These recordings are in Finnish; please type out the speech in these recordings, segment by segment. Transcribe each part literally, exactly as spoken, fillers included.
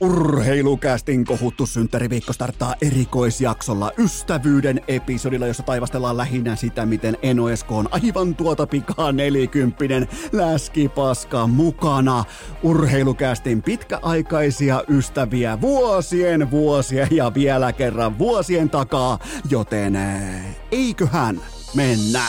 Urheilukästin kohuttu synttäriviikko starttaa erikoisjaksolla ystävyyden episodilla, jossa taivastellaan lähinnä sitä, miten Eno Esko on aivan tuota pikaa nelikymppinen läskipaska mukana. Urheilukästin pitkäaikaisia ystäviä vuosien vuosien ja vielä kerran vuosien takaa, joten eiköhän mennä.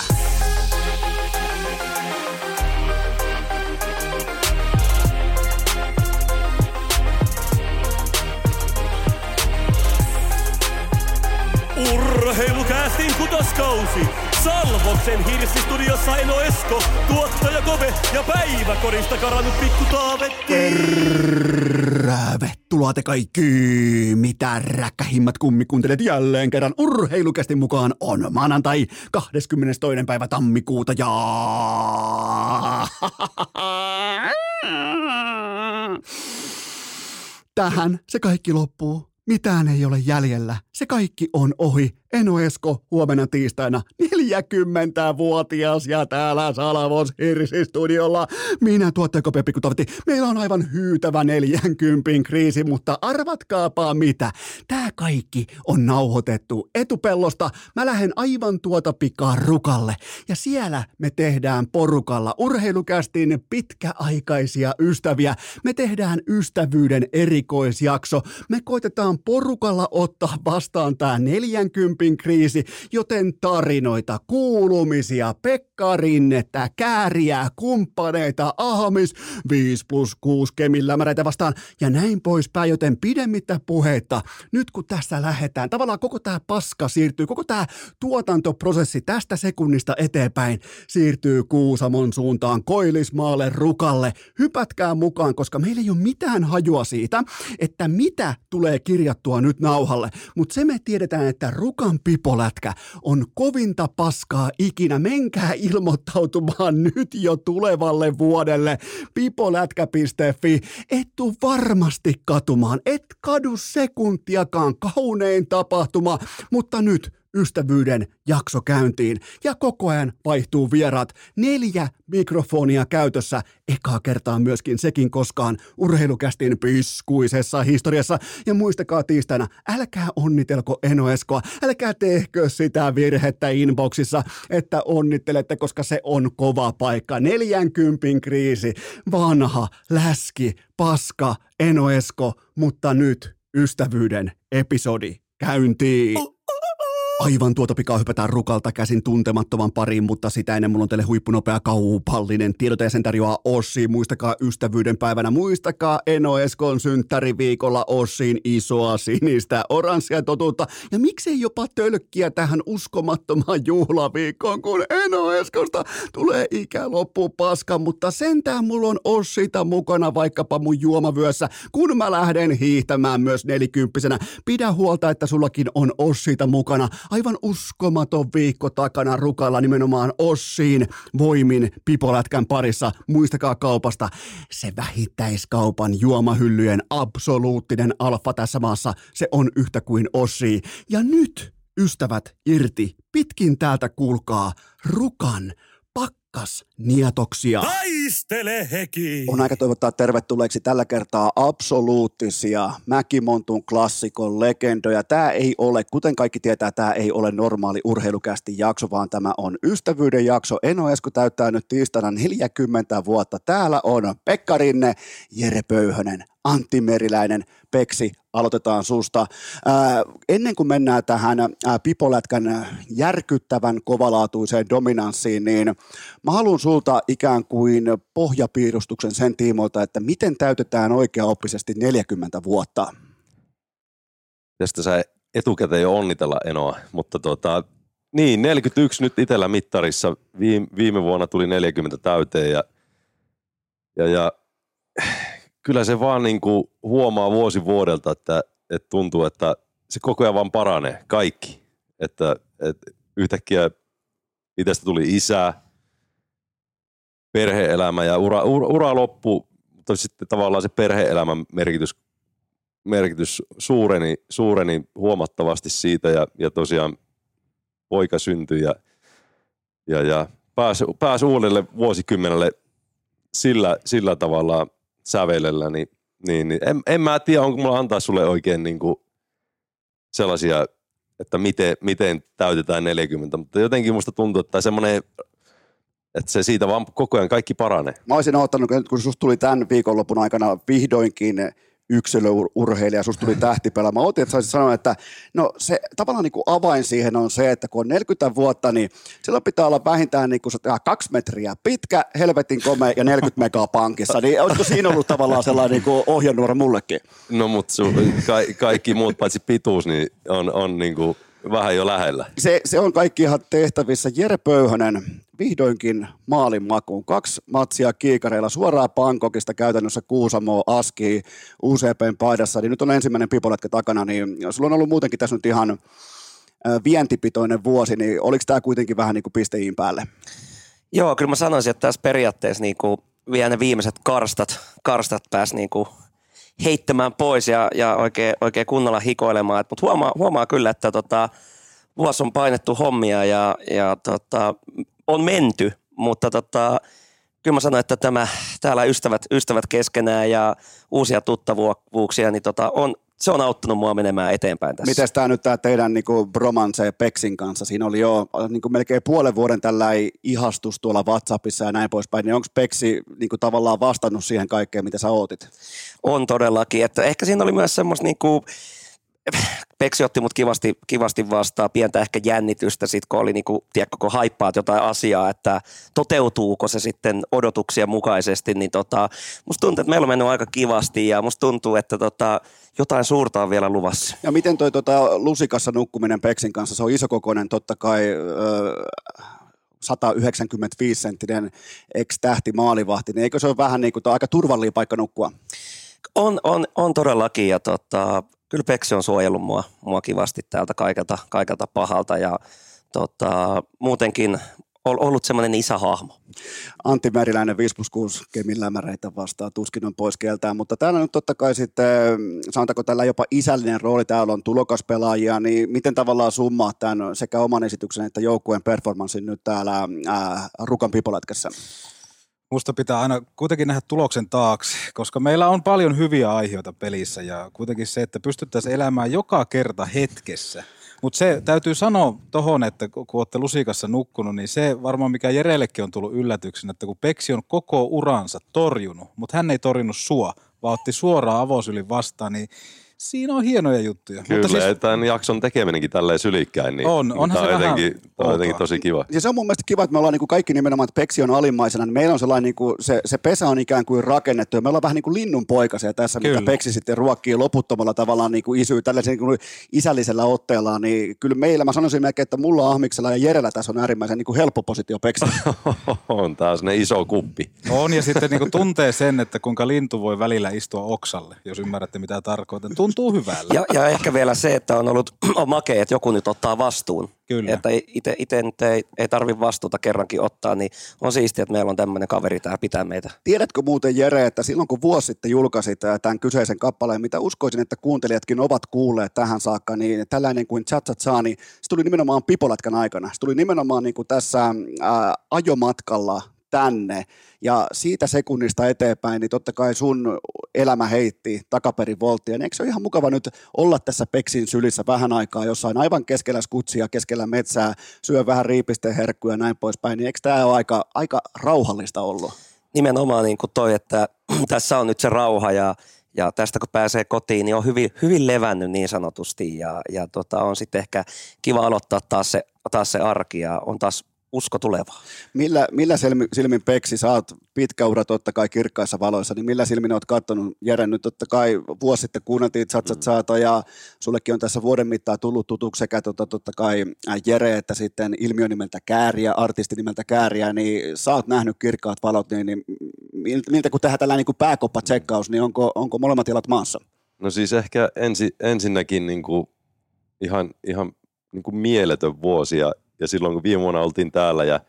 Urheilukästin kutoskausi. Salvoksen Hirssi-studiossa Eno Esko, tuottaja Kove ja päiväkorista karannut pikku Taavetti. Tervetuloa te kaikki, mitä räkkähimmät kummikuuntelet jälleen kerran Urheilukästin mukaan on maanantai kahdeskymmenestoinen päivä tammikuuta ja... Tähän se kaikki loppuu. Mitään ei ole jäljellä. Se kaikki on ohi. Eno Esko huomenna tiistaina neljäkymmentävuotias ja täällä Salvos Hirssi-studiolla. Minä tuottaja Kope Pikku Taavetti. Meillä on aivan hyytävä neljänkympin kriisi, mutta arvatkaapa mitä. Tää kaikki on nauhoitettu etupellosta. Mä lähden aivan tuota pikaa Rukalle. Ja siellä me tehdään porukalla Urheilukästin pitkäaikaisia ystäviä. Me tehdään ystävyyden erikoisjakso. Me koitetaan porukalla ottaa vastaan tää neljänkympin kriisi, joten tarinoita, kuulumisia, Pekka Rinnettä, Kääriä, kumppaneita, Ahmis, viisi plus kuusi kemillämäreitä vastaan ja näin poispäin, joten pidemmittä puheita. Nyt kun tässä lähdetään, tavallaan koko tämä paska siirtyy, koko tämä tuotantoprosessi tästä sekunnista eteenpäin siirtyy Kuusamon suuntaan, Koillismaalle, Rukalle. Hypätkää mukaan, koska meillä ei ole mitään hajua siitä, että mitä tulee kirjattua nyt nauhalle, mutta se me tiedetään, että Rukan pipolätkä on kovinta paskaa ikinä. Menkää ilmoittautumaan nyt jo tulevalle vuodelle. pipolätkä piste fi. Et tuu varmasti katumaan. Et kadu sekuntiakaan, kaunein tapahtuma. Mutta nyt ystävyyden jakso käyntiin ja koko ajan vaihtuu vieraat. Neljä mikrofonia käytössä. Ekaa kertaa myöskin sekin koskaan Urheilukästin piskuisessa historiassa. Ja muistakaa tiistaina, älkää onnitelko Eno Eskoa. Älkää tehkö sitä virhettä inboxissa, että onnittelette, koska se on kova paikka. Neljänkympin kriisi. Vanha, läski, paska, Eno Esko. Mutta nyt ystävyyden episodi käyntiin. Aivan tuota pikaa hypätään Rukalta käsin tuntemattoman pariin, mutta sitä ennen mulla on teille huippunopea kaupallinen tiedote ja sen tarjoaa Ossi. Muistakaa ystävyyden päivänä, muistakaa Eno Eskon synttäriviikolla Ossin isoa sinistä oranssia totuutta. Ja miksei jopa tölkkiä tähän uskomattomaan juhlaviikkoon, kun Eno Eskosta tulee ikäloppu paska, mutta sentään mulla on Ossita mukana vaikkapa mun juomavyössä, kun mä lähden hiihtämään myös nelikymppisenä. Pidä huolta, että sullakin on Ossita mukana. Aivan uskomaton viikko takana Rukalla nimenomaan Ossiin voimin pipolätkän parissa. Muistakaa kaupasta, se vähittäiskaupan juomahyllyjen absoluuttinen alfa tässä maassa. Se on yhtä kuin Ossi. Ja nyt, ystävät, irti, pitkin täältä kuulkaa Rukan pakkas nietoksia. Taistele heki! On aika toivottaa tervetulleeksi tällä kertaa absoluuttisia Mäkimontun klassikon legendoja. Tämä ei ole, kuten kaikki tietää, tämä ei ole normaali Urheilukästin jakso, vaan tämä on ystävyyden jakso. Eno Esko täyttää nyt tiistaina neljäkymmentä vuotta. Täällä on Pekka Rinne, Jere Pöyhönen, Antti Meriläinen. Peksi, aloitetaan susta. Ää, ennen kuin mennään tähän ää, pipolätkän järkyttävän kovalaatuiseen dominanssiin, niin mä haluan sulta ikään kuin pohjapiirustuksen sen tiimoilta, että miten täytetään oikeaoppisesti neljäkymmentä vuotta. Tästä sä etukäteen jo onnitella Enoa, mutta tota, niin, neljäkymmentäyksi nyt itsellä mittarissa. Viime, viime vuonna tuli neljäkymmentä täyteen ja, ja, ja kyllä se vaan niin kuin huomaa vuosi vuodelta, että, että tuntuu, että se koko ajan vaan paranee, kaikki. Että, että yhtäkkiä itsestä tuli isä, perhe-elämä ja ura, ura, ura loppu, mutta sitten tavallaan se perhe-elämän merkitys, merkitys suureni, suureni huomattavasti siitä ja, ja tosiaan poika syntyi ja, ja, ja pääsi, pääsi uudelle vuosikymmenelle sillä, sillä tavalla sävelellä, niin, Niin, niin. En, en mä tiedä, onko mulla antaa sulle oikein niinku sellaisia, että miten, miten täytetään neljäkymmentä, mutta jotenkin musta tuntuu, että semmoinen, että se siitä vaan koko ajan kaikki paranee. Mä olisin odottanut, kun susta tuli tämän viikonlopun aikana vihdoinkin yksilöurheilija, susta tuli tähtipelä. Mä ootin, että saisit sanoa, että no se tavallaan niin kuin avain siihen on se, että kun on neljäkymmentä vuotta, niin silloin pitää olla vähintään niin kuin kaksi metriä pitkä, helvetin komea ja neljäkymmentä megaa pankissa. Niin olisiko siinä ollut tavallaan sellainen niin kuin ohjenuora mullekin? No mutta su, ka, kaikki muut paitsi pituus niin on, on niin kuin vähän jo lähellä. Se, se on kaikki ihan tehtävissä. Jere Pöyhönen vihdoinkin maalin makuun. Kaksi matsia kiikareilla suoraan Bangkokista käytännössä Kuusamoa Askiin U C P:n paidassa. Niin nyt on ensimmäinen pipoletkä takana, niin sulla on ollut muutenkin tässä nyt ihan vientipitoinen vuosi, niin oliko tämä kuitenkin vähän niin kuin pisteiin päälle? Joo, kyllä mä sanoisin, että tässä periaatteessa niin kuin vielä ne viimeiset karstat, karstat pääsi niin kuin heittämään pois ja, ja oikein, oikein kunnolla hikoilemaan. Mutta huomaa, huomaa kyllä, että tota, vuosi on painettu hommia ja, ja tota, on menty, mutta tota, kyllä mä sanoin, että tämä, täällä ystävät, ystävät keskenään ja uusia tuttavuuksia, niin tota, on, se on auttanut mua menemään eteenpäin tässä. Miten tämä nyt tämä teidän niinku bromance Peksin kanssa? Siinä oli jo niinku melkein puolen vuoden tällainen ihastus tuolla WhatsAppissa ja näin poispäin. Niin onko Peksi niinku tavallaan vastannut siihen kaikkeen, mitä sä ootit? On todellakin. Että ehkä siinä oli myös semmoista niinku, Peksi otti mut kivasti, kivasti vastaan, pientä ehkä jännitystä sit, kun oli niinku, tiedätkö, kun haippaat jotain asiaa, että toteutuuko se sitten odotuksia mukaisesti, niin tota, musta tuntuu, että meillä on mennyt aika kivasti ja musta tuntuu, että tota, jotain suurta on vielä luvassa. Ja miten toi tota, lusikassa nukkuminen Peksin kanssa, se on isokokoinen totta kai öö, sata yhdeksänkymmentäviisi senttinen ex-tähti maalivahti, niin eikö se ole vähän niin kuin aika turvallinen paikka nukkua? On, on, on todellakin ja tota, kyllä Peksi on suojellut mua, mua kivasti täältä kaikelta, kaikelta pahalta ja tota, muutenkin on ollut semmoinen isähahmo. Antti Meriläinen viisi plus kuusi Kemin lämäreitä vastaan, tuskin on pois kieltään, mutta täällä nyt totta kai sitten, sanotaanko tällä jopa isällinen rooli, täällä on tulokaspelaajia, niin miten tavallaan summaa tämän sekä oman esityksen että joukkueen performanssin nyt täällä ää, Rukan pipolätkässä? Musta pitää aina kuitenkin nähdä tuloksen taakse, koska meillä on paljon hyviä aiheita pelissä ja kuitenkin se, että pystyttäisiin elämään joka kerta hetkessä. Mutta se täytyy sanoa tohon, että kun olette lusikassa nukkunut, niin se varmaan mikä Jerellekin on tullut yllätyksenä, että kun Peksi on koko uransa torjunut, mutta hän ei torjunut sua, vaan otti suoraan avosylin vastaan, niin siinä on hienoja juttuja. Kyllä, mutta siis, tämän jakson tekeminenkin tälleen sylikkäin, niin on, onhan tämä se on, vähän jotenkin, tämä on jotenkin tosi kiva. Ja se on mun mielestä kiva, että me ollaan niin kuin kaikki nimenomaan, että Peksi on alimmaisena, niin meillä on sellainen, niin kuin, se, se pesä on ikään kuin rakennettu, ja me ollaan vähän niin kuin linnunpoikasia tässä, kyllä, mitä Peksi sitten ruokkii loputtomalla tavallaan niin kuin isyy, tällaisen niin kuin isällisellä otteellaan, niin kyllä meillä, mä sanoisin melkein, että mulla Ahmiksella ja Jerellä tässä on äärimmäisen niin kuin helppo positio Peksi. On taas ne iso kuppi. On, ja sitten niin kuin tuntee sen, että kuinka lintu voi välillä istua oksalle, jos ymmärrätte mitä tarkoitan. Tuntuu hyvällä. Ja, ja ehkä vielä se, että on ollut on makea, että joku nyt ottaa vastuun. Kyllä. Että itse, itse nyt ei, ei tarvitse vastuuta kerrankin ottaa, niin on siistiä, että meillä on tämmöinen kaveri täällä pitää meitä. Tiedätkö muuten, Jere, että silloin kun vuosi sitten julkaisit tämän kyseisen kappaleen, mitä uskoisin, että kuuntelijatkin ovat kuulleet tähän saakka, niin tällainen kuin Cha Cha Cha, niin se tuli nimenomaan pipolätkän aikana. Se tuli nimenomaan niin kuin tässä ää, ajomatkalla tänne, ja siitä sekunnista eteenpäin, niin totta kai sun elämä heitti takaperin volttia, niin eikö se ole ihan mukava nyt olla tässä Peksin sylissä vähän aikaa jossain aivan keskellä skutsia, keskellä metsää, syö vähän riipisten herkkuja ja näin poispäin, niin eikö tämä ole aika, aika rauhallista ollut? Nimenomaan niin kuin toi, että tässä on nyt se rauha ja, ja tästä kun pääsee kotiin, niin on hyvin, hyvin levännyt niin sanotusti ja, ja tota, on sitten ehkä kiva aloittaa taas se, taas se arki ja on taas usko tulevaa. Millä, millä silmin, silmin Peksi, sä oot pitkä ura totta kai kirkkaissa valoissa, niin millä silmin oot katsonut, Jere, nyt totta kai vuosi sitten kuunneltiin Cha Cha Chata ja sullekin on tässä vuoden mittaan tullut tutuksi sekä totta, totta kai Jere että sitten ilmiö nimeltä Kääriä, artisti nimeltä Kääriä, niin sä oot nähnyt kirkkaat valot, niin, niin miltä kun tehdään tällainen niin pääkoppa-tsekkaus, niin onko, onko molemmat jalat maassa? No siis ehkä ensi, ensinnäkin niin kuin ihan, ihan niin kuin mieletön vuosi ja Ja silloin kun viime vuonna oltiin täällä ja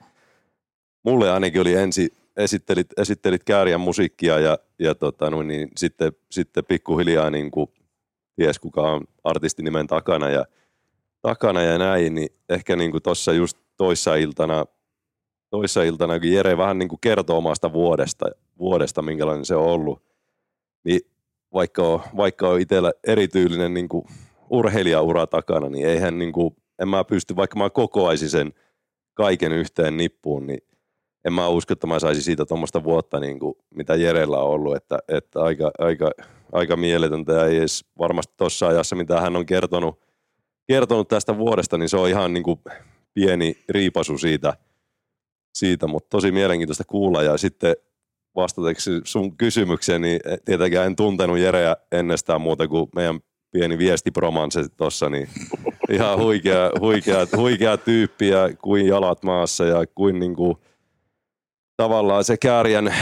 mulle ainakin oli ensin esittelit, esittelit Kääriän musiikkia ja, ja tota, no niin, sitten, sitten pikkuhiljaa niin kuin ties kuka on artistinimen takana ja, takana ja näin, niin ehkä niin kuin tuossa just toissa iltana, toissa iltana, kun Jere vähän niin kuin kertoo omasta vuodesta, vuodesta, minkälainen se on ollut, niin vaikka on, vaikka on itsellä erityylinen niin kuin urheilijaura takana, niin eihän niin kuin, en mä pysty, vaikka mä kokoaisin sen kaiken yhteen nippuun, niin en mä usko, että mä saisin siitä tuommoista vuotta, niin kuin, mitä Jerellä on ollut, että, että aika, aika, aika mieletöntä ja ei edes varmasti tuossa ajassa, mitä hän on kertonut, kertonut tästä vuodesta, niin se on ihan niin kuin pieni riipasu siitä, siitä, mutta tosi mielenkiintoista kuulla ja sitten vastataanko sun kysymykseen, niin tietenkään en tuntenut Jereä ennestään muuta kuin meidän pieni viestipromanse tuossa, niin ihan huikea, huikea, huikea tyyppi ja kuin jalat maassa ja kuin niinku, tavallaan se Kääriän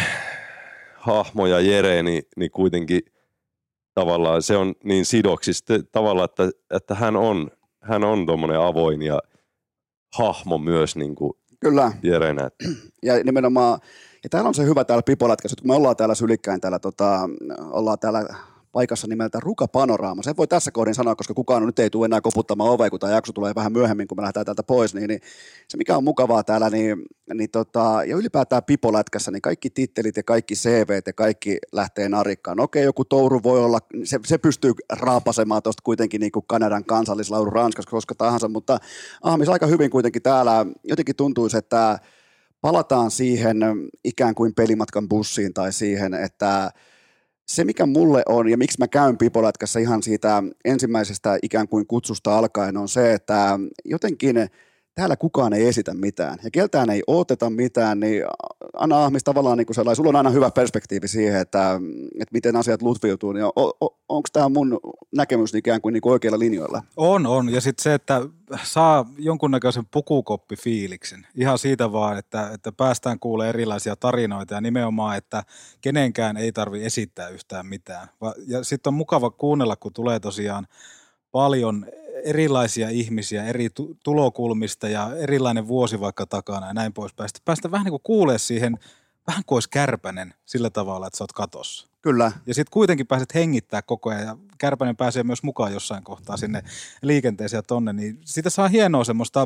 hahmo ja Jere, niin, niin kuitenkin tavallaan se on niin sidoksista tavallaan, että, että hän on, hän on tommonen avoin ja hahmo myös niinku Kyllä. Jerenä. Ja nimenomaan, ja täällä on se hyvä täällä Pipolätkässä, kun me ollaan täällä Sylikkäin, täällä, tota, ollaan täällä paikassa nimeltä Ruka Panoraama. Sen voi tässä kohdin sanoa, koska kukaan nyt ei tule enää koputtamaan ovea, kun tämä jakso tulee vähän myöhemmin, kun me lähdetään täältä pois, niin, niin se mikä on mukavaa täällä, niin, niin tota, ja ylipäätään Pipolätkässä, niin kaikki tittelit ja kaikki C V:t ja kaikki lähtee narikkaan. Okei, joku touru voi olla, se, se pystyy raapasemaan tuosta kuitenkin niin kuin Kanadan kansallislaulu Ranskassa, koska tahansa, mutta Ahmis aika hyvin kuitenkin täällä jotenkin tuntuisi, että palataan siihen ikään kuin pelimatkan bussiin tai siihen, että se mikä mulle on ja miksi mä käyn Pipolätkässä ihan siitä ensimmäisestä ikään kuin kutsusta alkaen on se, että jotenkin täällä kukaan ei esitä mitään ja keltään ei ooteta mitään, niin Anna Ahmis tavallaan niin kuin sellainen, sulla on aina hyvä perspektiivi siihen, että, että miten asiat lutviutuu, niin on, on, onko tämä mun näkemys ikään kuin, niin kuin oikeilla linjoilla? On, on. Ja sitten se, että saa jonkunnäköisen pukukoppifiiliksen. Ihan siitä vaan, että, että päästään kuulemaan erilaisia tarinoita ja nimenomaan, että kenenkään ei tarvitse esittää yhtään mitään. Ja sitten on mukava kuunnella, kun tulee tosiaan paljon erilaisia ihmisiä eri tulokulmista ja erilainen vuosi vaikka takana ja näin poispäin. Sitten päästä vähän niin kuin kuulee siihen, vähän kuin olisi Kärpänen sillä tavalla, että sä oot katossa. Kyllä. Ja sitten kuitenkin pääset hengittää koko ajan ja Kärpänen pääsee myös mukaan jossain kohtaa sinne liikenteeseen ja tonne, niin siitä saa hienoa semmoista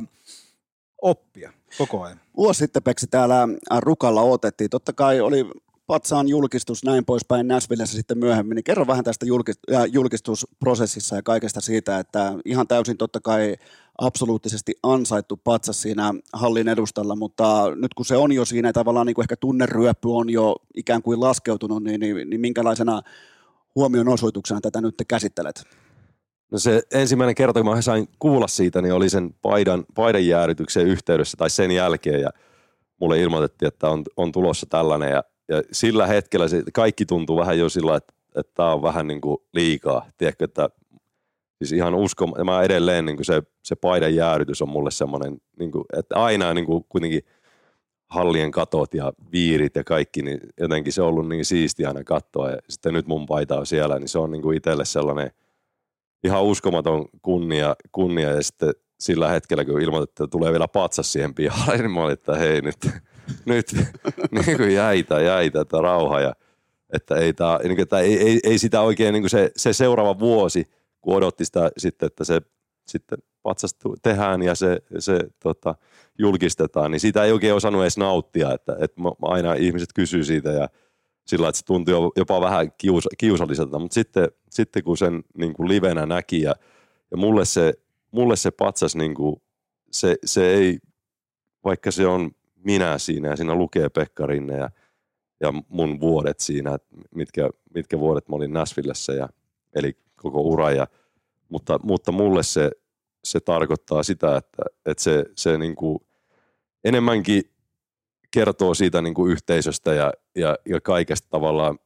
oppia koko ajan. Vuosi sitten, Peksi, täällä Rukalla otettiin. Totta kai oli Patsaan julkistus näin poispäin Nashvillessä sitten myöhemmin, niin kerro vähän tästä julkistusprosessissa ja kaikesta siitä, että ihan täysin totta kai absoluuttisesti ansaittu Patsas siinä hallin edustalla, mutta nyt kun se on jo siinä tavallaan niin kuin ehkä tunneryöppy on jo ikään kuin laskeutunut, niin, niin, niin minkälaisena huomion osoituksena tätä nyt te käsittelet? No se ensimmäinen kerta, kun mä sain kuulla siitä, niin oli sen paidan, paidan jäädytyksen yhteydessä tai sen jälkeen ja mulle ilmoitettiin, että on, on tulossa tällainen ja Ja sillä hetkellä se kaikki tuntuu vähän jo sillä, että, että tämä on vähän niin kuin liikaa. Tiedätkö, että siis ihan uskon, ja mä edelleen niin kuin se, se paidan jäädytys on mulle semmoinen, niin kuin, että aina niin kuin kuitenkin hallien katot ja viirit ja kaikki, niin jotenkin se on ollut niin siistiä aina katsoa. Ja sitten nyt mun paita on siellä, niin se on niin kuin itselle sellainen ihan uskomaton kunnia, kunnia. Ja sitten sillä hetkellä, kun ilmoitettiin, että tulee vielä patsas siihen pihalle, niin mä olin, että hei nyt... Nyt niin kuin jäitä, jäitä, että rauha ja että ei, tää, niin kuin, että ei, ei, ei sitä oikein niin kuin se, se seuraava vuosi, kun odotti sitä sitten, että se sitten patsas tehdään ja se, se tota, julkistetaan, niin siitä ei oikein osannut edes nauttia, että, että aina ihmiset kysyy siitä ja sillä, että se tuntui jopa vähän kius, kiusalliselta, mutta sitten, sitten kun sen niin kuin livenä näki ja, ja mulle, se, mulle se patsas, niin kuin, se, se ei, vaikka se on minä siinä ja siinä lukee Pekka Rinne ja, ja mun vuodet siinä, mitkä, mitkä vuodet mä olin Nashvillessä ja eli koko ura. Ja, mutta, mutta mulle se, se tarkoittaa sitä, että, että se, se niin kuin enemmänkin kertoo siitä niin kuin yhteisöstä ja, ja, ja kaikesta tavallaan,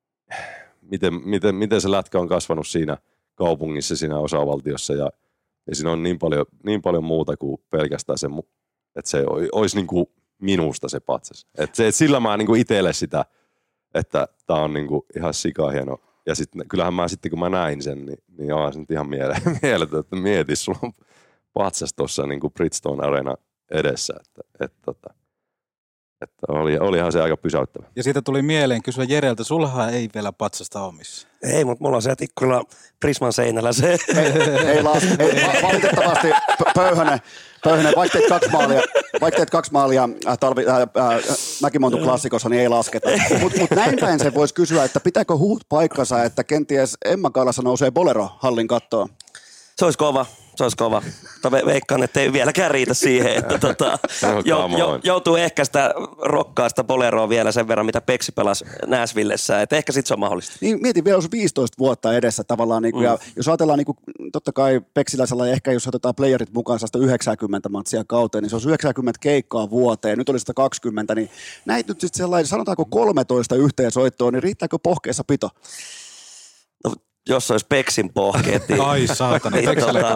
miten, miten, miten se lätkä on kasvanut siinä kaupungissa, siinä osavaltiossa ja, ja siinä on niin paljon, niin paljon muuta kuin pelkästään se, että se olisi niin kuin minusta se patsas. Et se, et sillä mä niinku itselle sitä, että tää on niinku ihan sikahieno. Ja sitten kyllähän mä sitten kun mä näin sen, niin, niin on se nyt ihan mieletön, että mieti, sulla on patsas tuossa niinku Bridgestone Arena edessä. Että, et, tota, Että oli, olihan se aika pysäyttävä. Ja siitä tuli mieleen kysyä Jereltä, sullahan ei vielä patsasta ole missään. Ei, mutta mulla on siellä ikkunalla Prisman seinällä se. Ei las, ei, valitettavasti Pöyhönen, Pöyhönen, vaikka teet kaksi maalia, vaikka teet kaksi maalia äh, talvi, äh, äh, Mäkimontu klassikossa, niin ei lasketa. Mutta mut näin päin se voisi kysyä, että pitääkö huut paikkansa, että kenties Emma Kaalassa nousee Bolero hallin kattoon? Se olisi kova. Se olisi kova. Mutta veikkaan, että ei vieläkään riitä siihen, että tota, jo, jo, joutuu ehkä sitä rokkaa sitä boleroa vielä sen verran, mitä Peksi pelasi Nashvillessä. Että ehkä sitten se on mahdollista. Niin, mietin vielä, olisi viisitoista vuotta edessä tavallaan. Niin kuin, mm. ja jos ajatellaan, niin kuin, totta kai Peksiläisellä ehkä jos otetaan playerit mukaan sitä yhdeksänkymmentä matsia kauteen, niin se olisi yhdeksänkymmentä keikkaa vuoteen. Nyt oli sitä kaksikymmentä, niin näitä nyt sitten sellainen, sanotaanko kolmetoista yhteensoittoa, niin riittääkö pohkeessa pito? No, jos olisi Peksin pohkeet, niin, ai saatana, niin tota,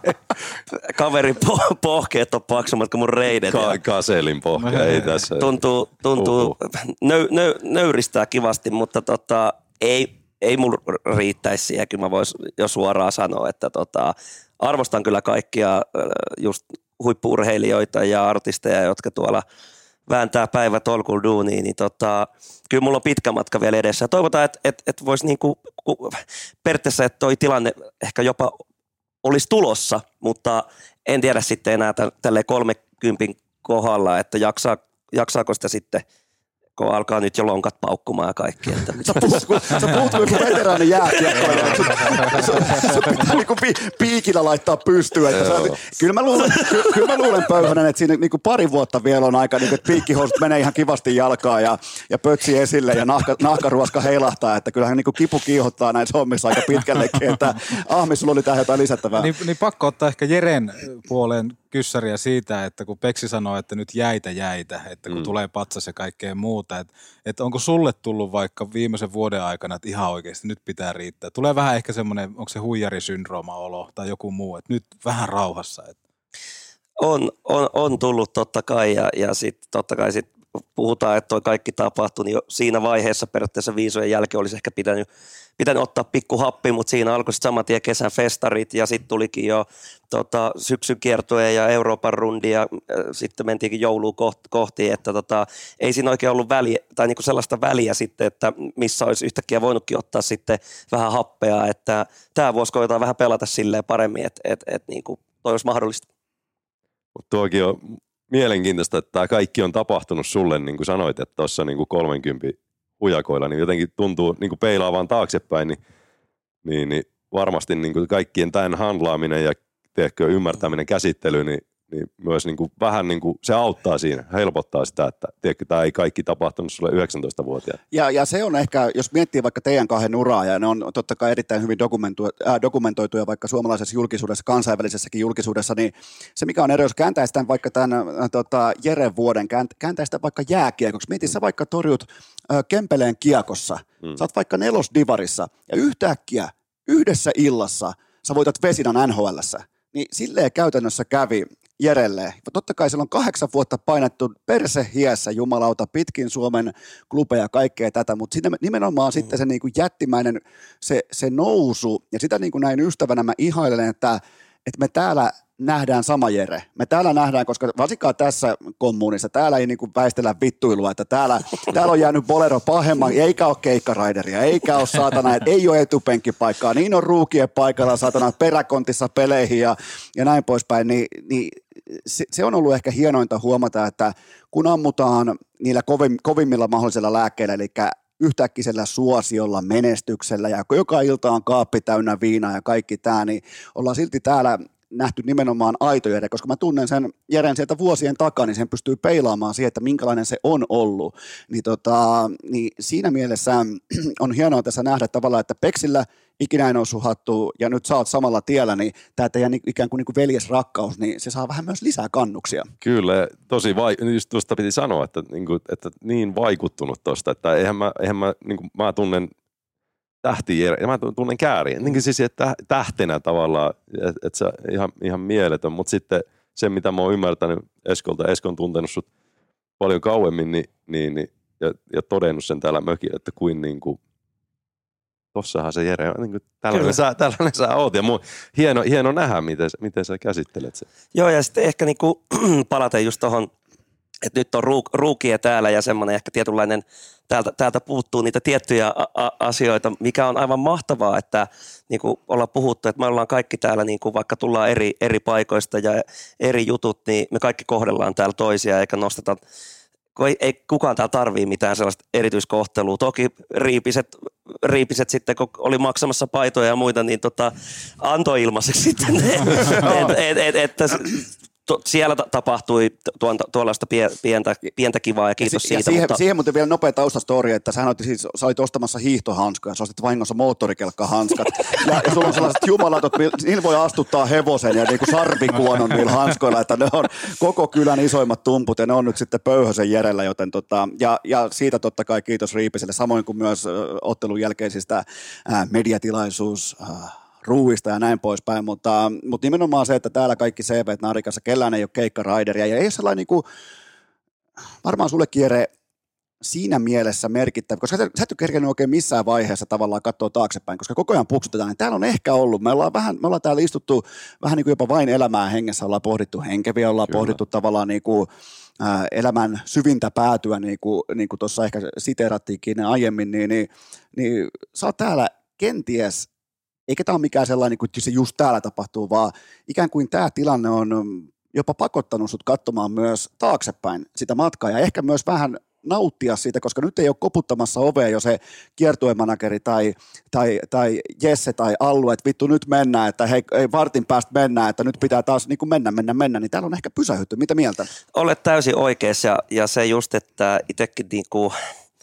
kaverin po- pohkeet on paksummat kuin mun reidet. Ka- kaselin pohke, ei tässä. Tuntuu, tuntuu nöy, nöy, nöyristää kivasti, mutta tota, ei, ei mulla riittäisi siihen. Kyllä mä vois jo suoraan sanoa, että tota, arvostan kyllä kaikkia just huippu-urheilijoita ja artisteja, jotka tuolla vääntää päivä tolkulla duuniin, niin tota, kyllä mulla on pitkä matka vielä edessä. Ja toivotaan, että et, et voisi niinku, periaatteessa, että toi tilanne ehkä jopa olisi tulossa, mutta en tiedä sitten enää tälleen kolmekympin kohdalla, että jaksaa, jaksaako sitä sitten, kun alkaa nyt jo lonkat paukkumaan ja kaikki. Että. Sä puhut, kun, sä puhut kuin veteraani jääkiekkoilija. Se pitää niinku pi, piikillä laittaa pystyyn. Että sä, kyllä, mä luulen, ky, kyllä mä luulen Pöyhönen, että siinä niinku pari vuotta vielä on aika, niinku, että piikkihousut menee ihan kivasti jalkaan ja, ja pötsi esille ja nahka, nahkaruoska heilahtaa. Että kyllähän niinku kipu kiihottaa näissä hommissa aika pitkällekin. Että Ahmi, sulla oli tähän jotain lisättävää. Niin, niin pakko ottaa ehkä Jeren puoleen kyssäriä siitä, että kun Peksi sanoo, että nyt jäitä jäitä, että kun mm. tulee patsas ja kaikkea muuta, että, että onko sulle tullut vaikka viimeisen vuoden aikana, että ihan oikeasti nyt pitää riittää. Tulee vähän ehkä semmoinen, onko se huijarisyndrooma-olo tai joku muu, että nyt vähän rauhassa. Että. On, on, on tullut totta kai ja, ja sitten totta kai sit puhutaan, että toi kaikki tapahtui, niin jo siinä vaiheessa periaatteessa viisojen jälkeen olisi ehkä pitänyt, pitänyt ottaa pikku happi, mutta siinä alkoi sitten saman tien kesän festarit ja sitten tulikin jo tota, syksyn kiertue ja Euroopan rundi ja äh, sitten mentiinkin jouluun kohti, kohti että tota, ei siinä oikein ollut väliä, tai niinku sellaista väliä sitten, että missä olisi yhtäkkiä voinutkin ottaa sitten vähän happea, että tämä vuosi koetaan vähän pelata silleen paremmin, että et, et, niinku, toi olisi mahdollista. Tuokin on mielenkiintoista, että tämä kaikki on tapahtunut sulle, niin kuin sanoit, että tuossa niin kolmekymmentä hujakoilla, niin jotenkin tuntuu niin kuin peilaavan taaksepäin, niin, niin, niin varmasti niin kuin kaikkien tämän handlaaminen ja teekö, ymmärtäminen, käsittely, niin, niin myös niin kuin vähän niin kuin se auttaa siinä, helpottaa sitä, että tiedätkö, tämä ei kaikki tapahtunut sulle yhdeksäntoistavuotiaana. Ja, ja se on ehkä, jos miettii vaikka teidän kahden uraa, ja ne on totta kai erittäin hyvin äh, dokumentoituja vaikka suomalaisessa julkisuudessa, kansainvälisessäkin julkisuudessa, niin se mikä on eri, jos kääntäisi sitä vaikka tämän äh, tota, Jeren vuoden, kääntäisi sitä vaikka jääkiekoksi, mieti sä vaikka torjut äh, Kempeleen kiekossa, mm. sä oot vaikka nelosdivarissa, ja yhtäkkiä yhdessä illassa sä voitat Vesinan N H L:ssä, niin silleen käytännössä kävi Jerelle. Totta kai siellä on kahdeksan vuotta painettu persehiessä jumalauta pitkin Suomen klubeja ja kaikkea tätä, mutta siinä nimenomaan mm. sitten se niin kuin jättimäinen se, se nousu, ja sitä niin kuin näin ystävänä mä ihailen, että, että me täällä nähdään sama Jere. Me täällä nähdään, koska varsinkaan tässä kommuunissa, täällä ei niinku väistellä vittuilua, että täällä, täällä on jäänyt bolero pahemman, eikä ole keikkaraideria, eikä ole saatana, että ei ole etupenkkipaikkaa, niin on ruukien paikalla saatana peräkontissa peleihin ja, ja näin poispäin, niin, niin se, se on ollut ehkä hienointa huomata, että kun ammutaan niillä kovim, kovimmilla mahdollisilla lääkkeillä, eli yhtäkkisellä suosiolla, menestyksellä ja joka ilta on kaappi täynnä viinaa ja kaikki tämä, niin ollaan silti täällä nähty nimenomaan aito Jere, koska mä tunnen sen Jeren sieltä vuosien takaa, niin sen pystyy peilaamaan siihen, että minkälainen se on ollut. Niin, tota, niin siinä mielessä on hienoa tässä nähdä tavallaan, että Peksillä ikinä ei noussut hattuun ja nyt sä oot samalla tiellä, niin tämä teidän ikään kuin, niin kuin veljesrakkaus, niin se saa vähän myös lisää kannuksia. Kyllä, tosi vai- just tuosta piti sanoa, että, niin kuin, että niin vaikuttunut tuosta, että eihän mä, eihän mä, niin kuin, mä tunnen tähti ja mä tunnen Kääriä, niin siis että tähtenä tavallaan, että et sä ihan, ihan mieletön, mutta sitten se, mitä mä oon ymmärtänyt Eskolta, Esko on tuntenut sut paljon kauemmin, niin, niin, niin, ja, ja todennut sen täällä mökillä, että kuin niin kuin, tossahan se Jere on, niin kuin, tällainen, sä, tällainen sä oot, ja mun, hieno, hieno nähdä, miten, miten sä käsittelet sen. Joo, ja sitten ehkä niinku palata just tuohon että nyt on ruuk, ruukia täällä ja semmoinen ehkä tietynlainen, täältä, täältä puuttuu niitä tiettyjä a, a, asioita, mikä on aivan mahtavaa, että niin kuin ollaan puhuttu, että me ollaan kaikki täällä, niin kuin vaikka tullaan eri, eri paikoista ja eri jutut, niin me kaikki kohdellaan täällä toisia eikä nosteta, ei, ei kukaan täällä tarvii mitään sellaista erityiskohtelua. Toki riipiset, riipiset sitten, kun oli maksamassa paitoja ja muita, niin tota, antoi ilmaiseksi sitten, että et, et, et, et, siellä tapahtui tuollaista pientä, pientä kivaa ja kiitos ja siitä. Ja siihen, mutta... siihen muuten vielä nopea taustastory, että sä, olit, siis, sä olit ostamassa hiihtohanskoja, sä ostit vahingossa moottorikelkkahanskat ja, ja sulla on sellaiset jumalatot, niillä voi astuttaa hevosen ja niinku sarvikuonon niillä hanskoilla, että ne on koko kylän isoimmat tumput ja ne on nyt sitten Pöyhösen Jerellä, joten tota, ja, ja siitä totta kai kiitos Riipiselle, samoin kuin myös ö, ottelun jälkeisistä ä, mediatilaisuus, ä, ruuista ja näin poispäin, mutta, mutta nimenomaan se, että täällä kaikki C V:t narikassa, kellään ei ole keikkaraideria ja ei ole sellainen niin kuin, varmaan sulle Jere siinä mielessä merkittävä, koska sä, sä et ole kerkenyt oikein missään vaiheessa tavallaan katsoa taaksepäin, koska koko ajan puksutetaan, niin täällä on ehkä ollut, me ollaan, vähän, me ollaan täällä istuttu vähän niin kuin jopa vain elämää hengessä, ollaan pohdittu henkeviä, ollaan Kyllä. pohdittu tavallaan niin kuin, ä, elämän syvintä päätyä, niin kuin, niin kuin tuossa ehkä siteerattiinkin aiemmin, niin, niin, niin sä oot täällä kenties eikä tämä ole mikään sellainen, että se just täällä tapahtuu, vaan ikään kuin tämä tilanne on jopa pakottanut sut katsomaan myös taaksepäin sitä matkaa ja ehkä myös vähän nauttia siitä, koska nyt ei ole koputtamassa ovea jo se kiertuemanageri tai, tai, tai Jesse tai Allu, että vittu nyt mennään, että hei, ei vartin päästä mennään, että nyt pitää taas niin kuin mennä, mennä, mennä, niin täällä on ehkä pysähdytty. Mitä mieltä? Olet täysin oikeassa ja, ja se just, että itsekin niinku,